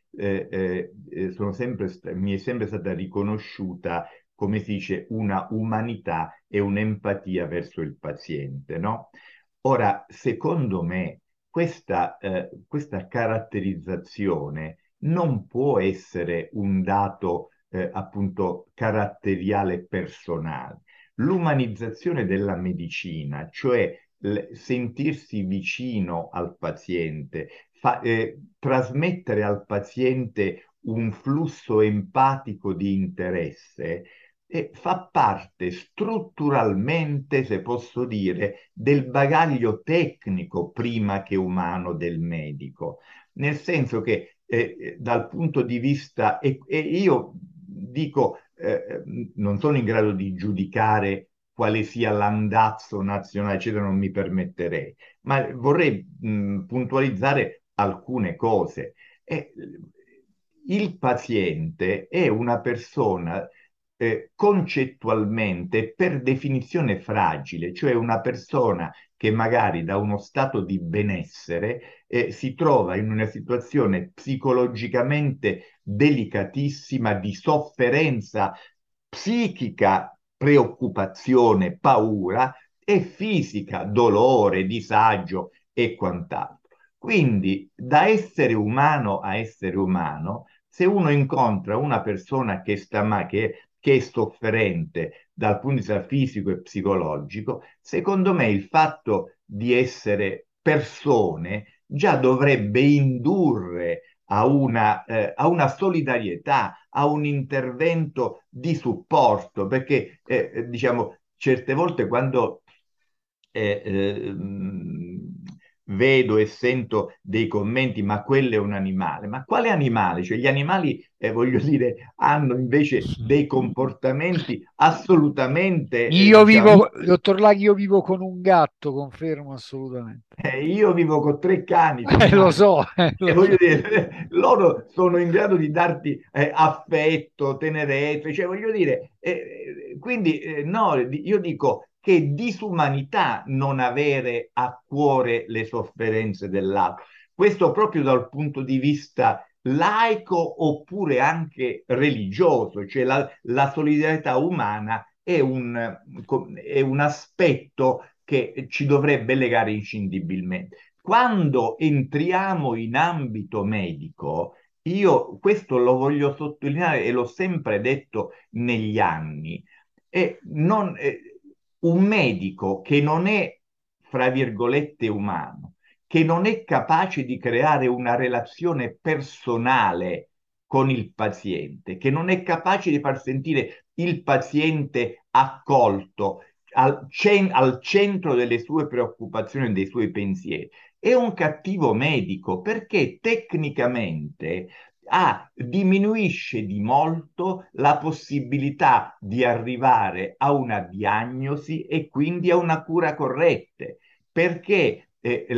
mi è sempre stata riconosciuta, come si dice, una umanità e un'empatia verso il paziente, no? Ora, secondo me, questa caratterizzazione non può essere un dato appunto caratteriale personale. L'umanizzazione della medicina, cioè sentirsi vicino al paziente, trasmettere al paziente un flusso empatico di interesse, fa parte strutturalmente, se posso dire, del bagaglio tecnico prima che umano del medico. Nel senso che dal punto di vista, e io dico, non sono in grado di giudicare quale sia l'andazzo nazionale, eccetera, non mi permetterei, ma vorrei puntualizzare alcune cose. Il paziente è una persona concettualmente, per definizione, fragile, cioè una persona che magari da uno stato di benessere si trova in una situazione psicologicamente delicatissima di sofferenza psichica, preoccupazione, paura, e fisica, dolore, disagio e quant'altro. Quindi, da essere umano a essere umano, se uno incontra una persona che è sofferente dal punto di vista fisico e psicologico, secondo me il fatto di essere persone già dovrebbe indurre a una solidarietà, a un intervento di supporto, perché diciamo, certe volte quando vedo e sento dei commenti, ma quello è un animale. Ma quale animale? Cioè, gli animali, voglio dire, hanno invece dei comportamenti assolutamente... dottor Laghi, io vivo con un gatto, confermo assolutamente. Io vivo con 3 cani. Lo so. Voglio dire, loro sono in grado di darti affetto, tenerezza, cioè voglio dire, quindi no, io dico che disumanità non avere a cuore le sofferenze dell'altro. Questo proprio dal punto di vista laico oppure anche religioso, cioè la solidarietà umana è un aspetto che ci dovrebbe legare inscindibilmente. Quando entriamo in ambito medico, io questo lo voglio sottolineare e l'ho sempre detto negli anni, un medico che non è, fra virgolette, umano, che non è capace di creare una relazione personale con il paziente, che non è capace di far sentire il paziente accolto, al centro delle sue preoccupazioni e dei suoi pensieri, è un cattivo medico, perché tecnicamente diminuisce di molto la possibilità di arrivare a una diagnosi e quindi a una cura corrette, perché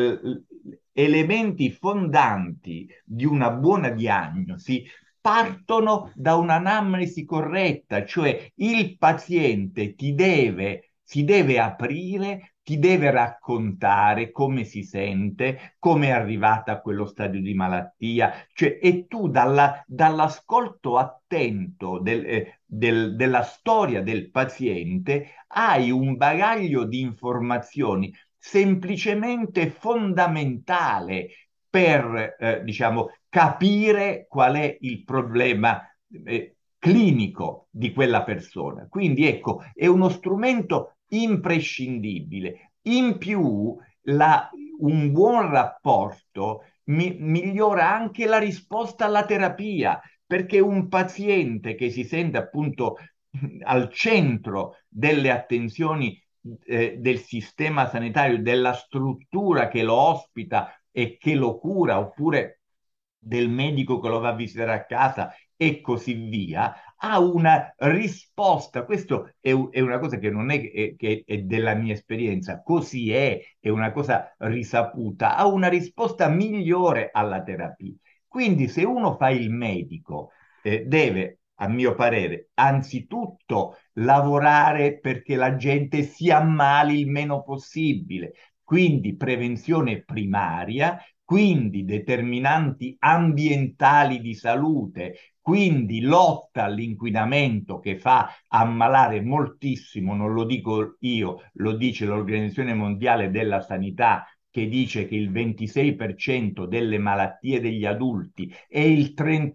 elementi fondanti di una buona diagnosi partono da un'anamnesi corretta, cioè il paziente si deve aprire, ti deve raccontare come si sente, come è arrivata a quello stadio di malattia, cioè, e tu dall'ascolto attento della storia del paziente hai un bagaglio di informazioni semplicemente fondamentale per, diciamo, capire qual è il problema clinico di quella persona. Quindi ecco, è uno strumento imprescindibile. In più, un buon rapporto migliora anche la risposta alla terapia, perché un paziente che si sente appunto al centro delle attenzioni del sistema sanitario, della struttura che lo ospita e che lo cura, oppure del medico che lo va a visitare a casa e così via, ha una risposta. Questo è una cosa che non che è della mia esperienza, così è una cosa risaputa, ha una risposta migliore alla terapia. Quindi se uno fa il medico, deve, a mio parere, anzitutto lavorare perché la gente si ammali il meno possibile, quindi prevenzione primaria, quindi determinanti ambientali di salute, quindi lotta all'inquinamento che fa ammalare moltissimo, non lo dico io, lo dice l'Organizzazione Mondiale della Sanità, che dice che il 26% delle malattie degli adulti e il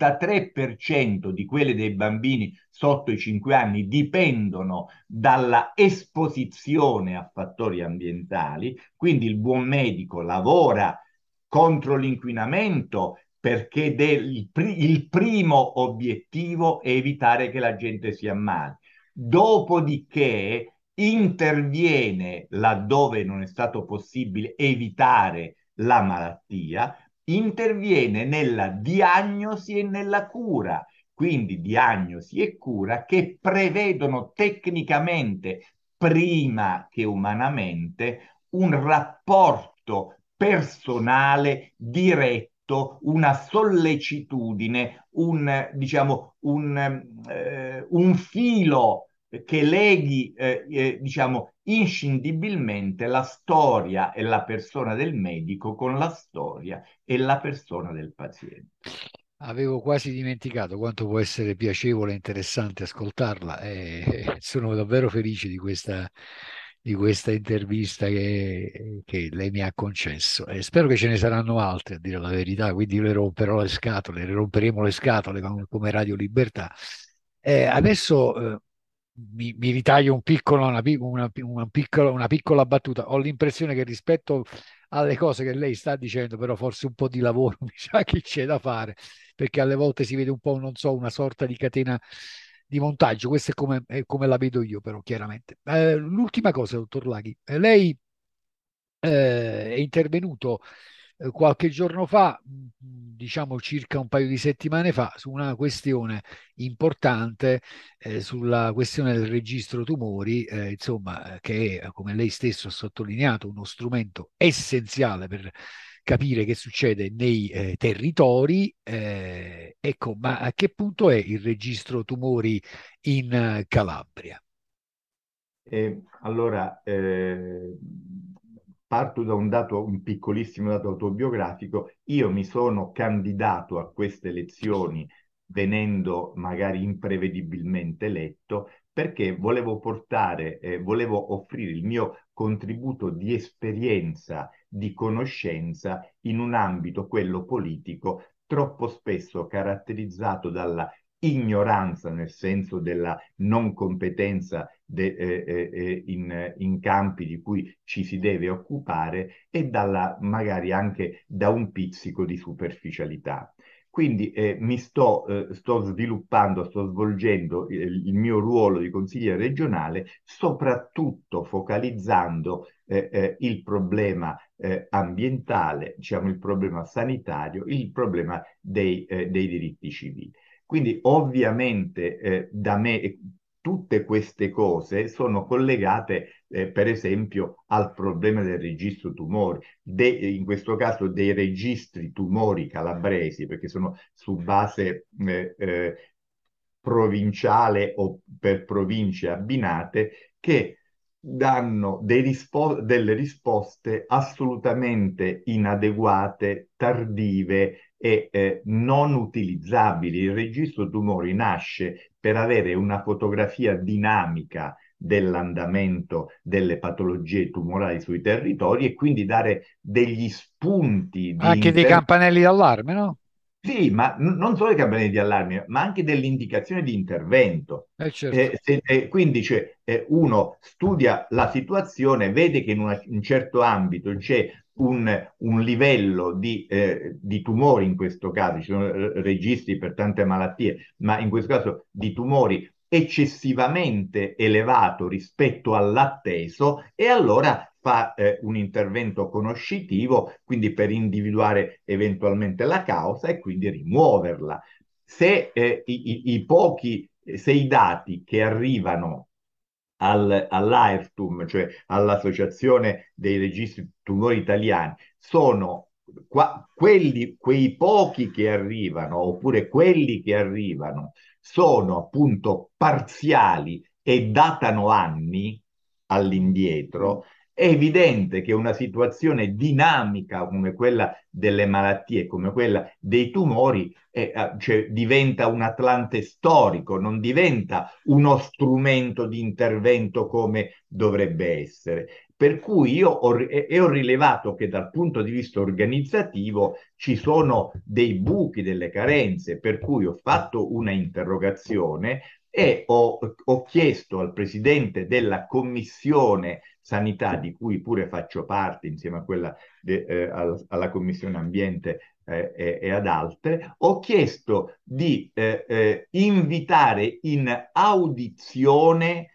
33% di quelle dei bambini sotto i 5 anni dipendono dalla esposizione a fattori ambientali, quindi il buon medico lavora contro l'inquinamento perché il primo obiettivo è evitare che la gente si ammali. Dopodiché interviene laddove non è stato possibile evitare la malattia, interviene nella diagnosi e nella cura. Quindi diagnosi e cura che prevedono tecnicamente, prima che umanamente, un rapporto personale, diretto, una sollecitudine, diciamo, un filo che leghi, diciamo, inscindibilmente la storia e la persona del medico con la storia e la persona del paziente. Avevo quasi dimenticato quanto può essere piacevole e interessante ascoltarla e sono davvero felice di questa intervista che lei mi ha concesso. E spero che ce ne saranno altre, a dire la verità, quindi io le romperò le scatole, le romperemo le scatole come Radio Libertà. Adesso mi ritaglio una piccola battuta. Ho l'impressione che rispetto alle cose che lei sta dicendo, però forse un po' di lavoro mi sa che c'è da fare, perché alle volte si vede un po', non so, una sorta di catena di montaggio. Questo è come la vedo io, però, chiaramente. L'ultima cosa, dottor Laghi, lei è intervenuto qualche giorno fa, diciamo circa un paio di settimane fa, su una questione importante, sulla questione del registro tumori, insomma, che è, come lei stesso ha sottolineato, uno strumento essenziale per capire che succede nei territori. Ecco, ma a che punto è il registro tumori in Calabria? Allora, parto da un piccolissimo dato autobiografico. Io mi sono candidato a queste elezioni venendo magari imprevedibilmente eletto perché volevo volevo offrire il mio contributo di esperienza, di conoscenza in un ambito, quello politico, troppo spesso caratterizzato dalla ignoranza, nel senso della non competenza in campi di cui ci si deve occupare, e magari anche da un pizzico di superficialità. Quindi mi sto sviluppando, sto svolgendo il mio ruolo di consigliere regionale, soprattutto focalizzando il problema ambientale, diciamo il problema sanitario, il problema dei diritti civili. Quindi ovviamente da me tutte queste cose sono collegate per esempio al problema del registro tumori, in questo caso dei registri tumori calabresi, perché sono su base provinciale o per province abbinate, che danno delle risposte assolutamente inadeguate, tardive e non utilizzabili. Il registro tumori nasce per avere una fotografia dinamica dell'andamento delle patologie tumorali sui territori e quindi dare degli spunti di anche dei campanelli d'allarme, no? Sì, ma non solo i campanelli di allarme, ma anche delle indicazioni di intervento. Certo. Quindi uno studia la situazione, vede che in un certo ambito c'è un livello di tumori, in questo caso, ci sono registri per tante malattie, ma in questo caso di tumori eccessivamente elevato rispetto all'atteso, e allora fa un intervento conoscitivo, quindi per individuare eventualmente la causa e quindi rimuoverla. Se i dati che arrivano all'AIRTUM, cioè all'Associazione dei Registri Tumori Italiani, sono quei pochi che arrivano, oppure quelli che arrivano, sono appunto parziali e datano anni all'indietro, è evidente che una situazione dinamica come quella delle malattie, come quella dei tumori, diventa un atlante storico, non diventa uno strumento di intervento come dovrebbe essere. Per cui io ho rilevato che dal punto di vista organizzativo ci sono dei buchi, delle carenze, per cui ho fatto una interrogazione e ho chiesto al presidente della commissione sanità, di cui pure faccio parte insieme a quella alla commissione ambiente e ad altre, ho chiesto di invitare in audizione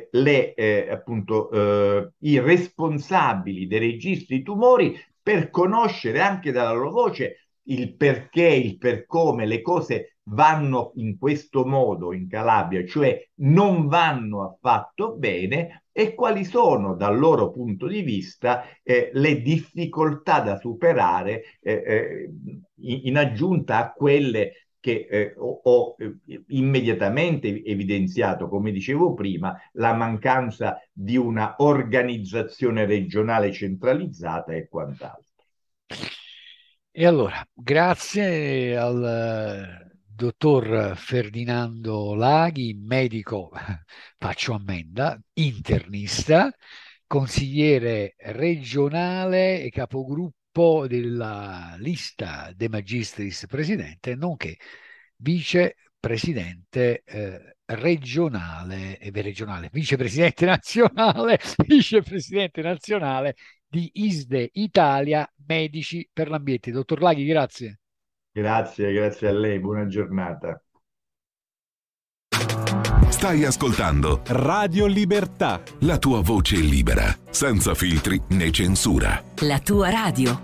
i responsabili dei registri tumori, per conoscere anche dalla loro voce il perché, il per come le cose vanno in questo modo in Calabria, cioè non vanno affatto bene, e quali sono dal loro punto di vista le difficoltà da superare in aggiunta a quelle che ho immediatamente evidenziato, come dicevo prima, la mancanza di una organizzazione regionale centralizzata e quant'altro. E allora, grazie al dottor Ferdinando Laghi, medico, faccio ammenda, internista, consigliere regionale e capogruppo della lista De Magistris presidente, nonché vicepresidente vicepresidente nazionale di ISDE Italia Medici per l'Ambiente. Dottor Laghi, grazie. Grazie a lei, buona giornata. Stai ascoltando Radio Libertà, la tua voce libera, senza filtri né censura. La tua radio.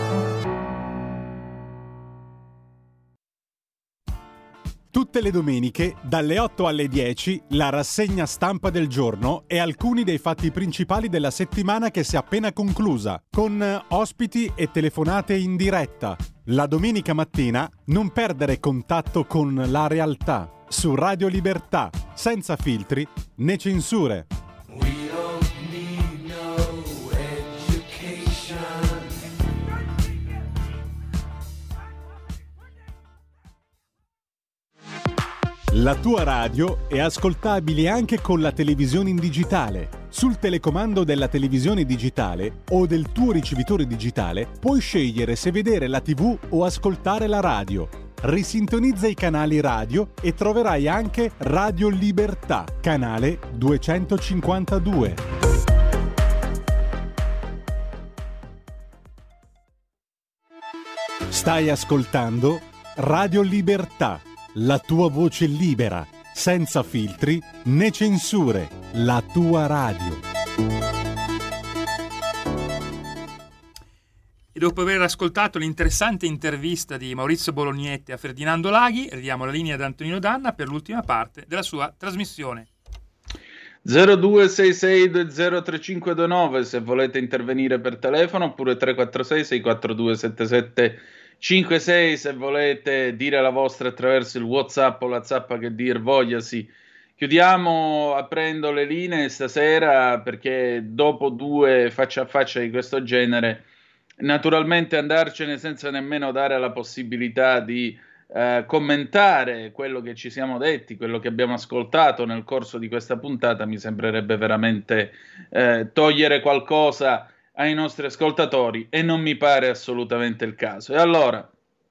Tutte le domeniche, dalle 8 alle 10, la rassegna stampa del giorno e alcuni dei fatti principali della settimana che si è appena conclusa, con ospiti e telefonate in diretta. La domenica mattina non perdere contatto con la realtà, su Radio Libertà, senza filtri né censure. La tua radio è ascoltabile anche con la televisione in digitale. Sul telecomando della televisione digitale o del tuo ricevitore digitale puoi scegliere se vedere la TV o ascoltare la radio. Risintonizza i canali radio e troverai anche Radio Libertà, canale 252. Stai ascoltando Radio Libertà, la tua voce libera, senza filtri né censure, la tua radio. E dopo aver ascoltato l'interessante intervista di Maurizio Bolognetti a Ferdinando Laghi, ridiamo la linea ad Antonino Danna per l'ultima parte della sua trasmissione. 0266203529 se volete intervenire per telefono, oppure 346 642 7756 se volete dire la vostra attraverso il WhatsApp o la zappa che dir vogliasi. Chiudiamo aprendo le linee stasera, perché dopo due faccia a faccia di questo genere, naturalmente andarcene senza nemmeno dare la possibilità di commentare quello che ci siamo detti, quello che abbiamo ascoltato nel corso di questa puntata, mi sembrerebbe veramente togliere qualcosa ai nostri ascoltatori, e non mi pare assolutamente il caso. E allora,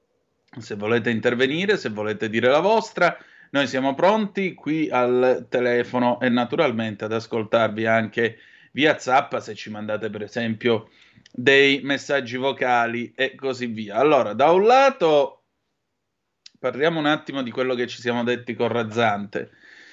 se volete intervenire, se volete dire la vostra, noi siamo pronti qui al telefono e naturalmente ad ascoltarvi anche via Zappa, se ci mandate per esempio dei messaggi vocali e così via. Allora, da un lato parliamo un attimo di quello che ci siamo detti con Razzante.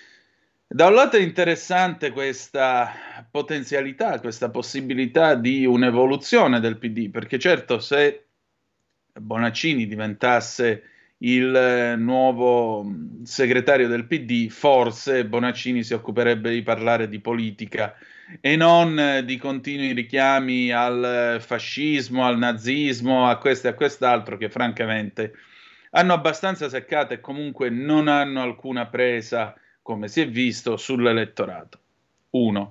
Da un lato è interessante questa potenzialità, questa possibilità di un'evoluzione del PD, perché certo, se Bonaccini diventasse il nuovo segretario del PD, forse Bonaccini si occuperebbe di parlare di politica e non di continui richiami al fascismo, al nazismo, a questo e a quest'altro, che francamente hanno abbastanza seccata e comunque non hanno alcuna presa, come si è visto, sull'elettorato. 1.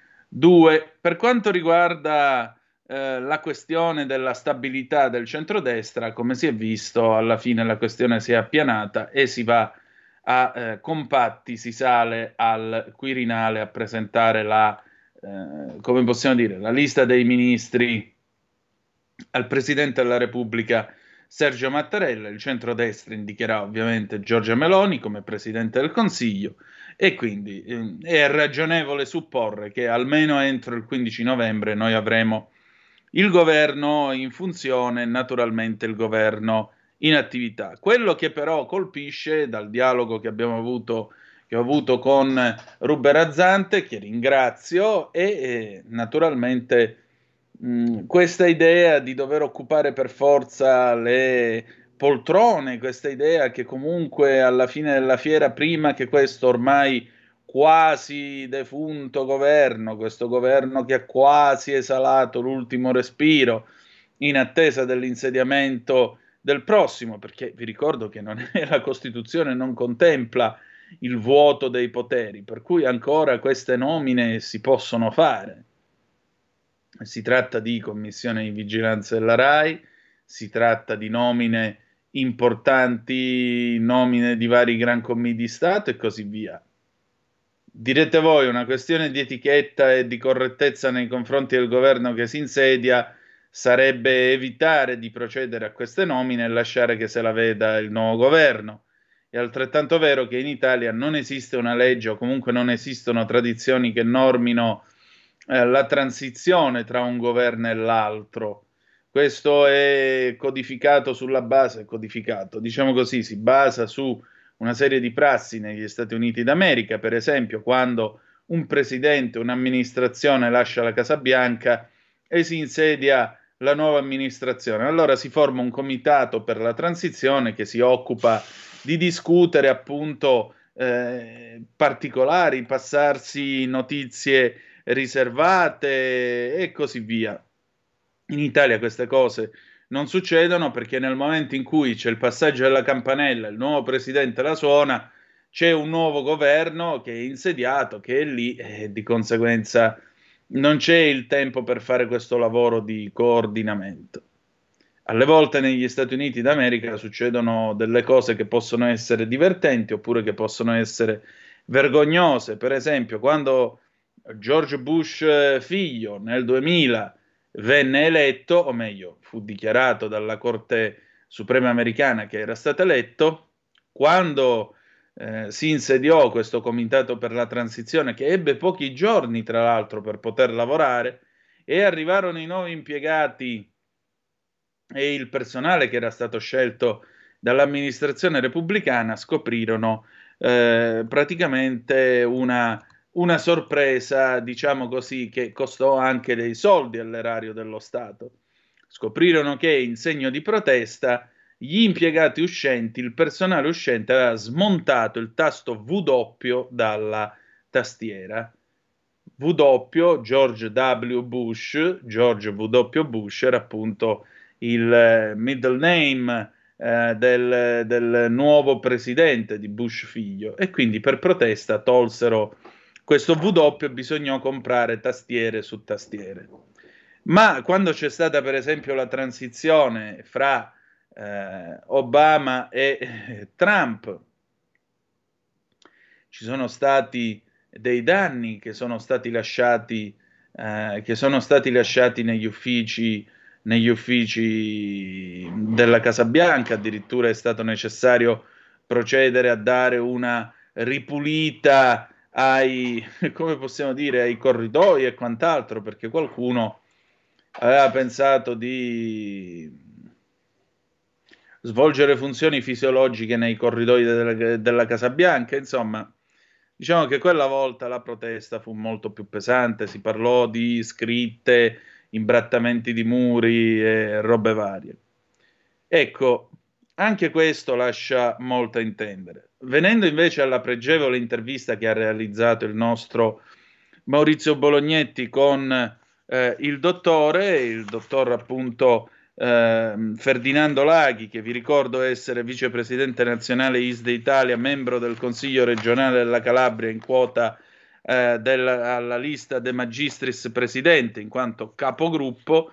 2. Per quanto riguarda la questione della stabilità del centrodestra, come si è visto, alla fine la questione si è appianata e si va a compatti, si sale al Quirinale a presentare la, come possiamo dire, la lista dei ministri al Presidente della Repubblica Sergio Mattarella. Il centrodestra indicherà ovviamente Giorgia Meloni come Presidente del Consiglio, e quindi è ragionevole supporre che almeno entro il 15 novembre noi avremo il governo in funzione, naturalmente il governo in attività. Quello che però colpisce dal dialogo che abbiamo avuto, che ho avuto con Ruber Razzante, che ringrazio, è naturalmente questa idea di dover occupare per forza le poltrone, questa idea che comunque alla fine della fiera, prima che questo ormai quasi defunto governo, questo governo che ha quasi esalato l'ultimo respiro in attesa dell'insediamento del prossimo, perché vi ricordo che non è, la Costituzione non contempla il vuoto dei poteri, per cui ancora queste nomine si possono fare. Si tratta di commissione di vigilanza della RAI, si tratta di nomine importanti, nomine di vari gran commì di Stato e così via. Direte voi, una questione di etichetta e di correttezza nei confronti del governo che si insedia sarebbe evitare di procedere a queste nomine e lasciare che se la veda il nuovo governo. È altrettanto vero che in Italia non esiste una legge, o comunque non esistono tradizioni che normino la transizione tra un governo e l'altro. Questo è codificato sulla base, diciamo così, si basa su una serie di prassi negli Stati Uniti d'America. Per esempio, quando un presidente, un'amministrazione lascia la Casa Bianca e si insedia la nuova amministrazione, allora si forma un comitato per la transizione che si occupa di discutere appunto particolari, passarsi notizie riservate e così via. In Italia queste cose non succedono, perché nel momento in cui c'è il passaggio della campanella, il nuovo presidente la suona, c'è un nuovo governo che è insediato, che è lì, e di conseguenza non c'è il tempo per fare questo lavoro di coordinamento. Alle volte negli Stati Uniti d'America succedono delle cose che possono essere divertenti oppure che possono essere vergognose. Per esempio, quando George Bush figlio nel 2000 venne eletto, o meglio, fu dichiarato dalla Corte Suprema americana che era stato eletto, quando si insediò questo comitato per la transizione, che ebbe pochi giorni tra l'altro per poter lavorare, e arrivarono i nuovi impiegati e il personale che era stato scelto dall'amministrazione repubblicana scoprirono praticamente una sorpresa, diciamo così, che costò anche dei soldi all'erario dello Stato. Scoprirono che in segno di protesta gli impiegati uscenti, il personale uscente aveva smontato il tasto W dalla tastiera. W, George W. Bush, George W. Bush era appunto il middle name del nuovo presidente di Bush figlio, e quindi per protesta tolsero questo W e bisognò comprare tastiere su tastiere. Ma quando c'è stata per esempio la transizione fra Obama e Trump, ci sono stati dei danni che sono stati lasciati negli uffici della Casa Bianca. Addirittura è stato necessario procedere a dare una ripulita come possiamo dire, ai corridoi e quant'altro, perché qualcuno aveva pensato di svolgere funzioni fisiologiche nei corridoi della Casa Bianca. Insomma, diciamo che quella volta la protesta fu molto più pesante, si parlò di scritte, imbrattamenti di muri e robe varie. Ecco, anche questo lascia molto a intendere. Venendo invece alla pregevole intervista che ha realizzato il nostro Maurizio Bolognetti con il dottor appunto Ferdinando Laghi, che vi ricordo essere vicepresidente nazionale ISDE Italia, membro del Consiglio regionale della Calabria in quota alla lista De Magistris presidente in quanto capogruppo.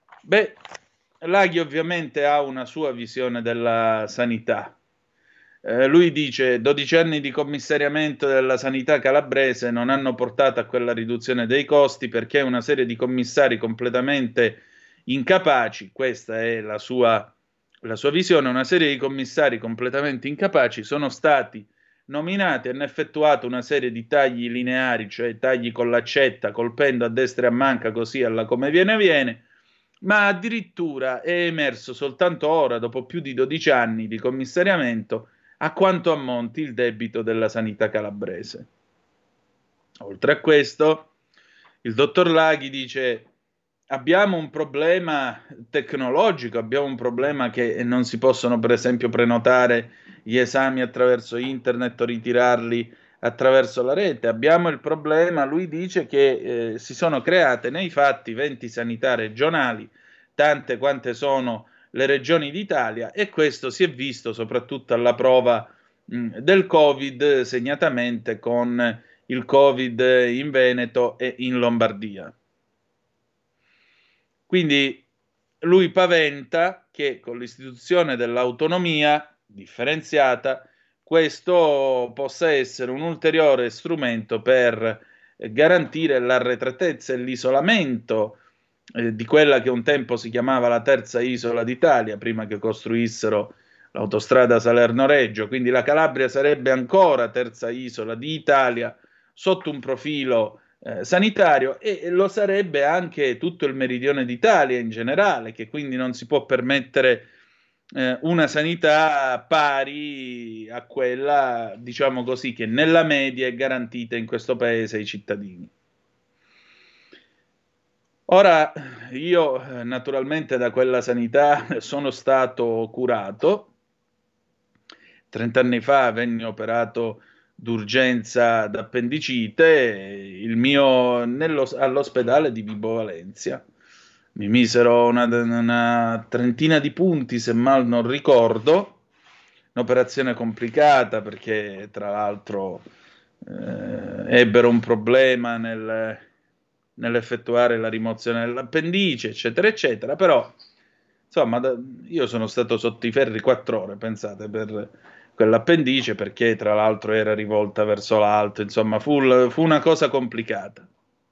Laghi ovviamente ha una sua visione della sanità. Lui dice: 12 anni di commissariamento della sanità calabrese non hanno portato a quella riduzione dei costi perché una serie di commissari completamente incapaci, questa è la sua visione, una serie di commissari completamente incapaci sono stati nominati, hanno effettuato una serie di tagli lineari, cioè tagli con l'accetta, colpendo a destra e a manca, così alla come viene, ma addirittura è emerso soltanto ora, dopo più di 12 anni di commissariamento, a quanto ammonti il debito della sanità calabrese. Oltre a questo, il dottor Laghi dice: abbiamo un problema tecnologico, abbiamo un problema che non si possono per esempio prenotare gli esami attraverso internet o ritirarli attraverso la rete. Abbiamo il problema, lui dice, che si sono create nei fatti 20 sanità regionali, tante quante sono le regioni d'Italia, e questo si è visto soprattutto alla prova del Covid, segnatamente con il Covid in Veneto e in Lombardia. Quindi lui paventa che con l'istituzione dell'autonomia differenziata questo possa essere un ulteriore strumento per garantire l'arretratezza e l'isolamento di quella che un tempo si chiamava la terza isola d'Italia, prima che costruissero l'autostrada Salerno-Reggio. Quindi la Calabria sarebbe ancora terza isola d'Italia sotto un profilo sanitario, e lo sarebbe anche tutto il meridione d'Italia in generale, che quindi non si può permettere una sanità pari a quella, diciamo così, che nella media è garantita in questo paese ai cittadini. Ora, io naturalmente da quella sanità sono stato curato. 30 anni fa venni operato d'urgenza d'appendicite, all'ospedale di Vibo Valentia. Mi misero una trentina di punti, se mal non ricordo, un'operazione complicata perché tra l'altro ebbero un problema nell'effettuare la rimozione dell'appendice, eccetera, eccetera, però insomma io sono stato sotto i ferri 4 ore, pensate, per quell'appendice, perché tra l'altro era rivolta verso l'alto, insomma fu una cosa complicata.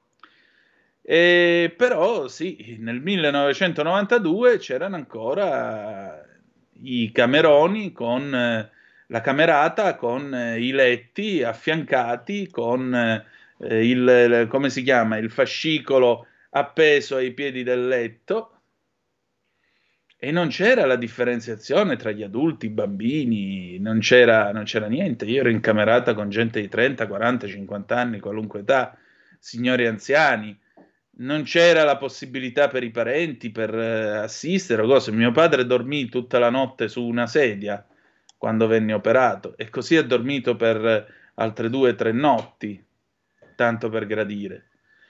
Però sì, nel 1992 c'erano ancora i cameroni con la camerata, con i letti affiancati con come si chiama, il fascicolo appeso ai piedi del letto, E non c'era la differenziazione tra gli adulti, i bambini, non c'era niente. Io ero incamerata con gente di 30, 40, 50 anni, qualunque età, signori anziani. Non c'era la possibilità per i parenti, per assistere o cose. Mio padre dormì tutta la notte su una sedia quando venne operato e così ha dormito per altre 2 o 3 notti, tanto per gradire.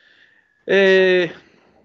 E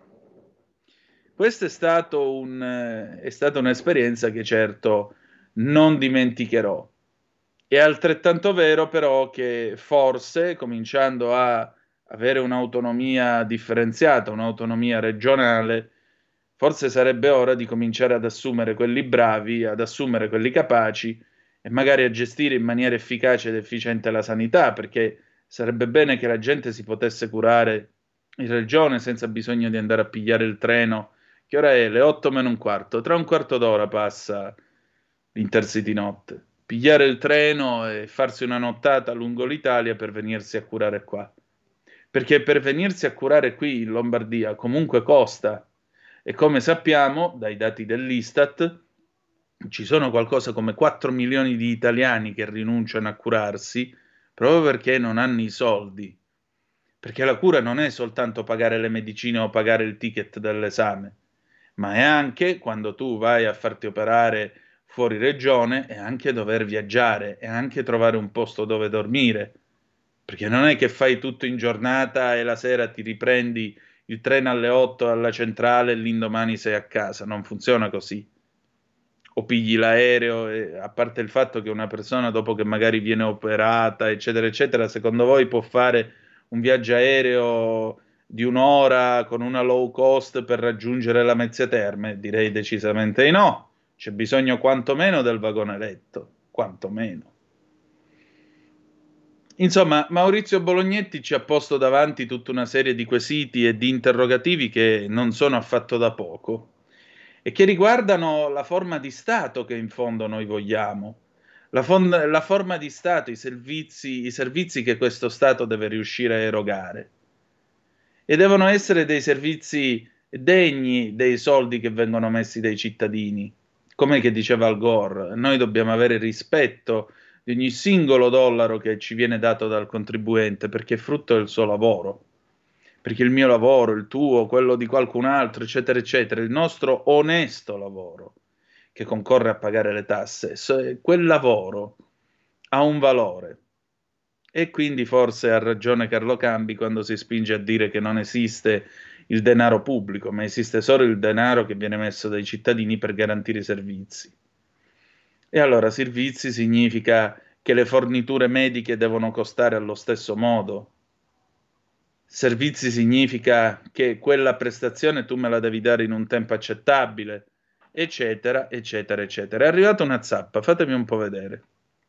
questa è stata un'esperienza che certo non dimenticherò. È altrettanto vero però che forse, cominciando a avere un'autonomia differenziata, un'autonomia regionale, forse sarebbe ora di cominciare ad assumere quelli bravi, ad assumere quelli capaci e magari a gestire in maniera efficace ed efficiente la sanità, perché sarebbe bene che la gente si potesse curare in regione senza bisogno di andare a pigliare il treno. Che ora è? Le 8 meno un quarto. Tra un quarto d'ora passa l'Intercity notte. Pigliare il treno e farsi una nottata lungo l'Italia per venirsi a curare qua. Perché per venirsi a curare qui in Lombardia comunque costa. E come sappiamo, dai dati dell'Istat, ci sono qualcosa come 4 milioni di italiani che rinunciano a curarsi proprio perché non hanno i soldi. Perché la cura non è soltanto pagare le medicine o pagare il ticket dell'esame, ma è anche, quando tu vai a farti operare fuori regione, è anche dover viaggiare, è anche trovare un posto dove dormire, perché non è che fai tutto in giornata e la sera ti riprendi il treno alle 8 alla centrale e l'indomani sei a casa, non funziona così. O pigli l'aereo, e, a parte il fatto che una persona dopo che magari viene operata, eccetera, eccetera, secondo voi può fare un viaggio aereo di 1 ora con una low cost per raggiungere la Mezzia Terme? Direi decisamente di no. C'è bisogno quantomeno del vagone letto, quantomeno. Insomma, Maurizio Bolognetti ci ha posto davanti tutta una serie di quesiti e di interrogativi che non sono affatto da poco e che riguardano la forma di Stato che in fondo noi vogliamo. La forma di Stato, i servizi che questo Stato deve riuscire a erogare. E devono essere dei servizi degni dei soldi che vengono messi dai cittadini. Come che diceva Al Gore, noi dobbiamo avere rispetto di ogni singolo dollaro che ci viene dato dal contribuente, perché è frutto del suo lavoro. Perché il mio lavoro, il tuo, quello di qualcun altro, eccetera, eccetera, il nostro onesto lavoro che concorre a pagare le tasse, quel lavoro ha un valore. E quindi forse ha ragione Carlo Cambi quando si spinge a dire che non esiste il denaro pubblico, ma esiste solo il denaro che viene messo dai cittadini per garantire i servizi. E allora servizi significa che le forniture mediche devono costare allo stesso modo. Servizi significa che quella prestazione tu me la devi dare in un tempo accettabile, eccetera, eccetera, eccetera. È arrivata una zappa, fatemi un po' vedere.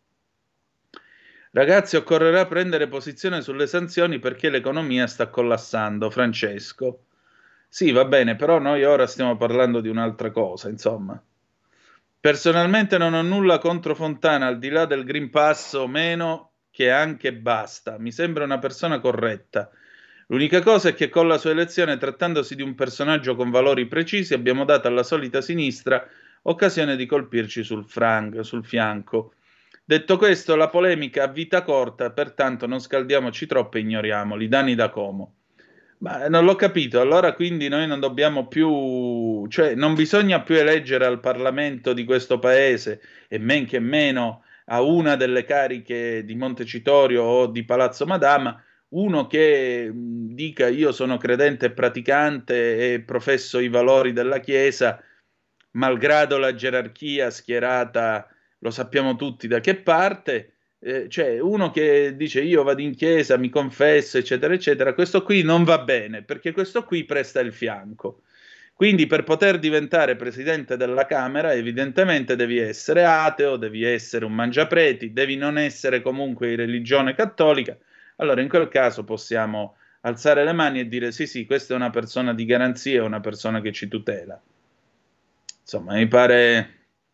Ragazzi, occorrerà prendere posizione sulle sanzioni perché l'economia sta collassando. Francesco. Sì, va bene, però noi ora stiamo parlando di un'altra cosa, insomma. Personalmente non ho nulla contro Fontana, al di là del Green Pass o meno, che anche basta. Mi sembra una persona corretta. L'unica cosa è che con la sua elezione, trattandosi di un personaggio con valori precisi, abbiamo dato alla solita sinistra occasione di colpirci sul fianco. Detto questo, la polemica ha vita corta, pertanto non scaldiamoci troppo e ignoriamoli. Danni da Como. Ma non l'ho capito, allora quindi noi non dobbiamo più, cioè non bisogna più eleggere al Parlamento di questo paese e men che meno a una delle cariche di Montecitorio o di Palazzo Madama uno che dica io sono credente e praticante e professo i valori della Chiesa, malgrado la gerarchia schierata, lo sappiamo tutti da che parte, cioè uno che dice io vado in chiesa, mi confesso, eccetera, eccetera, questo qui non va bene, perché questo qui presta il fianco. Quindi per poter diventare presidente della Camera evidentemente devi essere ateo, devi essere un mangiapreti, devi non essere comunque di religione cattolica. Allora in quel caso possiamo alzare le mani e dire sì, questa è una persona di garanzia, una persona che ci tutela. Insomma, mi pare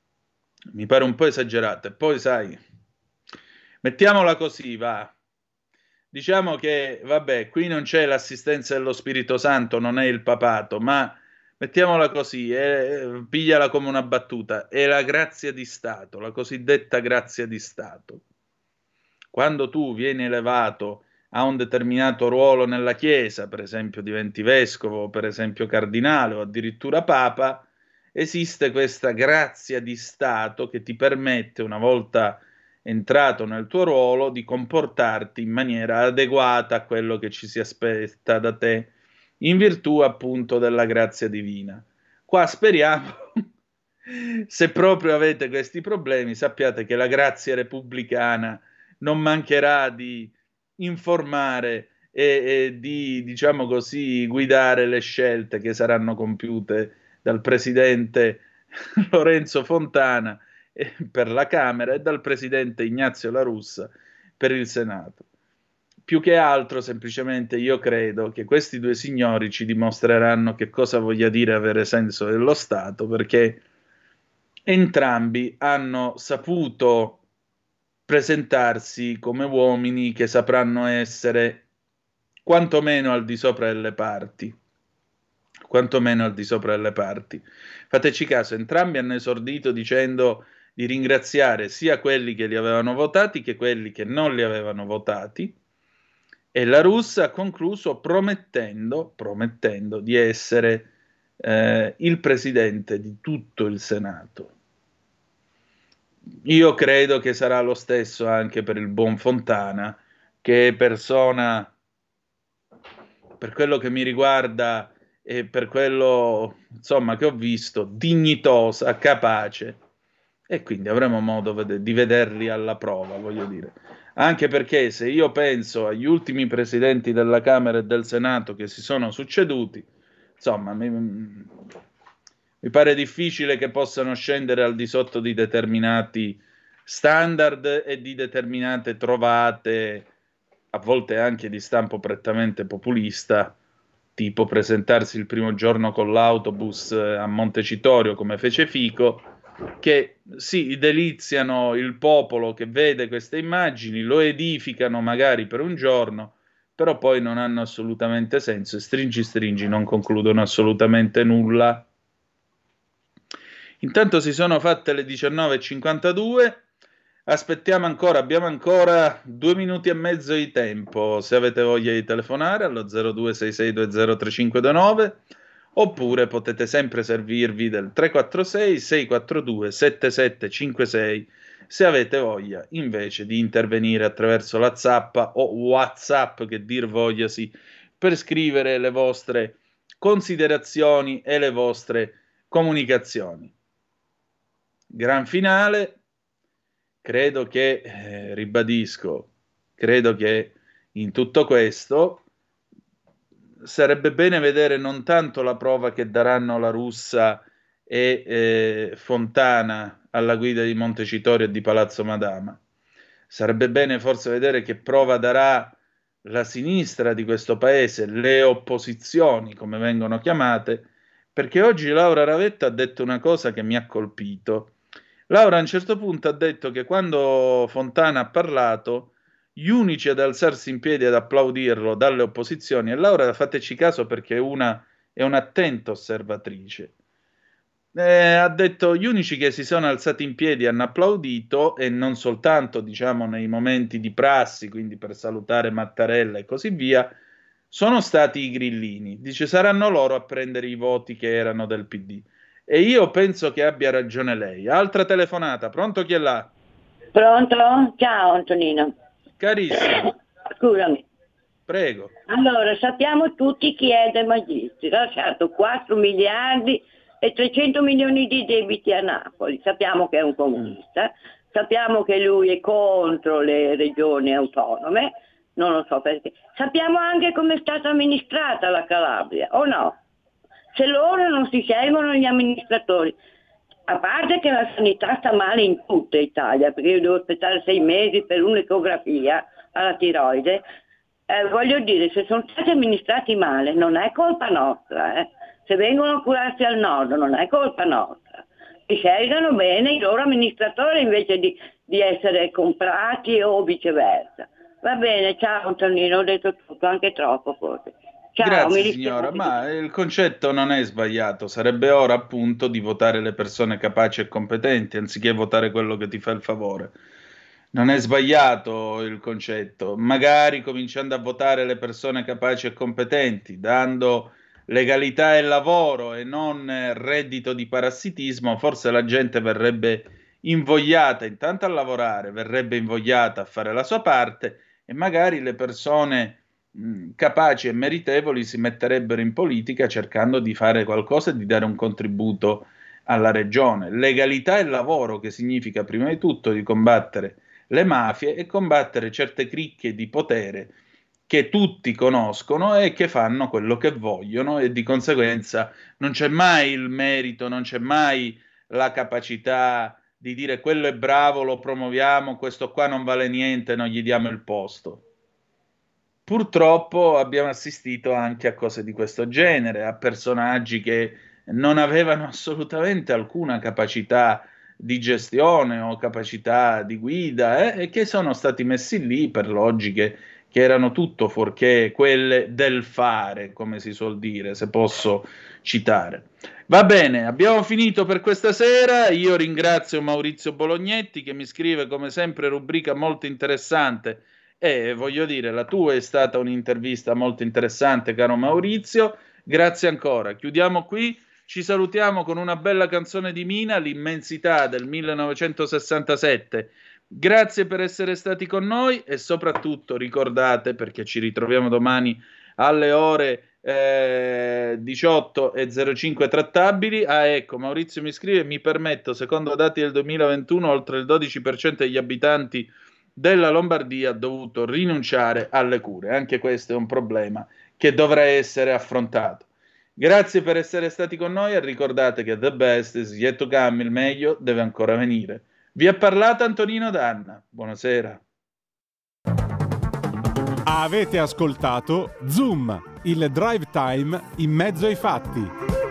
un po' esagerato. E poi, sai, mettiamola così, va. Diciamo che, vabbè, qui non c'è l'assistenza dello Spirito Santo, non è il papato, ma mettiamola così, pigliala come una battuta, è la grazia di Stato, la cosiddetta grazia di Stato. Quando tu vieni elevato a un determinato ruolo nella Chiesa, per esempio diventi vescovo, per esempio cardinale o addirittura papa, esiste questa grazia di Stato che ti permette, una volta entrato nel tuo ruolo, di comportarti in maniera adeguata a quello che ci si aspetta da te, in virtù appunto della grazia divina. Qua speriamo, se proprio avete questi problemi, sappiate che la grazia repubblicana non mancherà di informare e di, diciamo così, guidare le scelte che saranno compiute dal presidente Lorenzo Fontana per la Camera e dal presidente Ignazio La Russa per il Senato. Più che altro, semplicemente, io credo che questi due signori ci dimostreranno che cosa voglia dire avere senso dello Stato, perché entrambi hanno saputo presentarsi come uomini che sapranno essere quantomeno al di sopra delle parti. Quantomeno al di sopra delle parti. Fateci caso, entrambi hanno esordito dicendo di ringraziare sia quelli che li avevano votati che quelli che non li avevano votati, e La Russa ha concluso promettendo di essere il presidente di tutto il Senato. Io credo che sarà lo stesso anche per il buon Fontana, che è persona, per quello che mi riguarda e per quello, insomma, che ho visto, dignitosa, capace, e quindi avremo modo di vederli alla prova, voglio dire. Anche perché se io penso agli ultimi presidenti della Camera e del Senato che si sono succeduti, insomma, mi pare difficile che possano scendere al di sotto di determinati standard e di determinate trovate, a volte anche di stampo prettamente populista, tipo presentarsi il primo giorno con l'autobus a Montecitorio come fece Fico, che sì, deliziano il popolo che vede queste immagini, lo edificano magari per un giorno, però poi non hanno assolutamente senso e stringi non concludono assolutamente nulla. Intanto si sono fatte le 19:52, aspettiamo ancora, abbiamo ancora 2 minuti e mezzo di tempo, se avete voglia di telefonare allo 0266203529, oppure potete sempre servirvi del 346-642-7756 se avete voglia invece di intervenire attraverso la zappa o WhatsApp, che dir vogliasi, per scrivere le vostre considerazioni e le vostre comunicazioni. Gran finale, credo che, ribadisco, credo che in tutto questo sarebbe bene vedere non tanto la prova che daranno La Russa e Fontana alla guida di Montecitorio e di Palazzo Madama. Sarebbe bene forse vedere che prova darà la sinistra di questo paese, le opposizioni, come vengono chiamate, perché oggi Laura Ravetta ha detto una cosa che mi ha colpito. Laura a un certo punto ha detto che quando Fontana ha parlato, gli unici ad alzarsi in piedi ad applaudirlo dalle opposizioni, e Laura, fateci caso perché è un'attenta osservatrice, ha detto gli unici che si sono alzati in piedi e hanno applaudito, e non soltanto diciamo nei momenti di prassi, quindi per salutare Mattarella e così via, sono stati i grillini. Dice saranno loro a prendere i voti che erano del PD, e io penso che abbia ragione lei. Altra telefonata, pronto, chi è là? Pronto? Ciao Antonino. Carissimo. Scusami. Prego. Allora, sappiamo tutti chi è De Magistris, ha lasciato 4 miliardi e 300 milioni di debiti a Napoli. Sappiamo che è un comunista, sappiamo che lui è contro le regioni autonome, non lo so perché. Sappiamo anche come è stata amministrata la Calabria, o no? Se loro non si scelgono gli amministratori, a parte che la sanità sta male in tutta Italia, perché io devo aspettare 6 mesi per un'ecografia alla tiroide, voglio dire, se sono stati amministrati male non è colpa nostra, se vengono a curarsi al nord non è colpa nostra, si scelgano bene i loro amministratori invece di essere comprati o viceversa. Va bene, ciao Antonino, ho detto tutto, anche troppo forse. Ciao, Grazie signora, ma il concetto non è sbagliato, sarebbe ora appunto di votare le persone capaci e competenti anziché votare quello che ti fa il favore. Non è sbagliato il concetto, magari cominciando a votare le persone capaci e competenti, dando legalità e lavoro e non reddito di parassitismo, forse la gente verrebbe invogliata intanto a lavorare, verrebbe invogliata a fare la sua parte e magari le persone capaci e meritevoli si metterebbero in politica cercando di fare qualcosa e di dare un contributo alla regione. Legalità e lavoro, che significa prima di tutto di combattere le mafie e combattere certe cricche di potere che tutti conoscono e che fanno quello che vogliono e di conseguenza non c'è mai il merito, non c'è mai la capacità di dire quello è bravo, lo promuoviamo, questo qua non vale niente, non gli diamo il posto. Purtroppo abbiamo assistito anche a cose di questo genere, a personaggi che non avevano assolutamente alcuna capacità di gestione o capacità di guida e che sono stati messi lì per logiche che erano tutto fuorché quelle del fare, come si suol dire, se posso citare. Va bene, abbiamo finito per questa sera. Io ringrazio Maurizio Bolognetti che mi scrive come sempre rubrica molto interessante e voglio dire, la tua è stata un'intervista molto interessante, caro Maurizio. Grazie ancora. Chiudiamo qui. Ci salutiamo con una bella canzone di Mina, L'immensità del 1967. Grazie per essere stati con noi e soprattutto ricordate, perché ci ritroviamo domani alle ore 18:05 trattabili. Ecco, Maurizio mi scrive: mi permetto, secondo dati del 2021 oltre il 12% degli abitanti della Lombardia ha dovuto rinunciare alle cure. Anche questo è un problema che dovrà essere affrontato. Grazie per essere stati con noi e ricordate che the best is yet to come, il meglio deve ancora venire. Vi ha parlato Antonino Danna. Buonasera. Avete ascoltato Zoom, il drive time in mezzo ai fatti.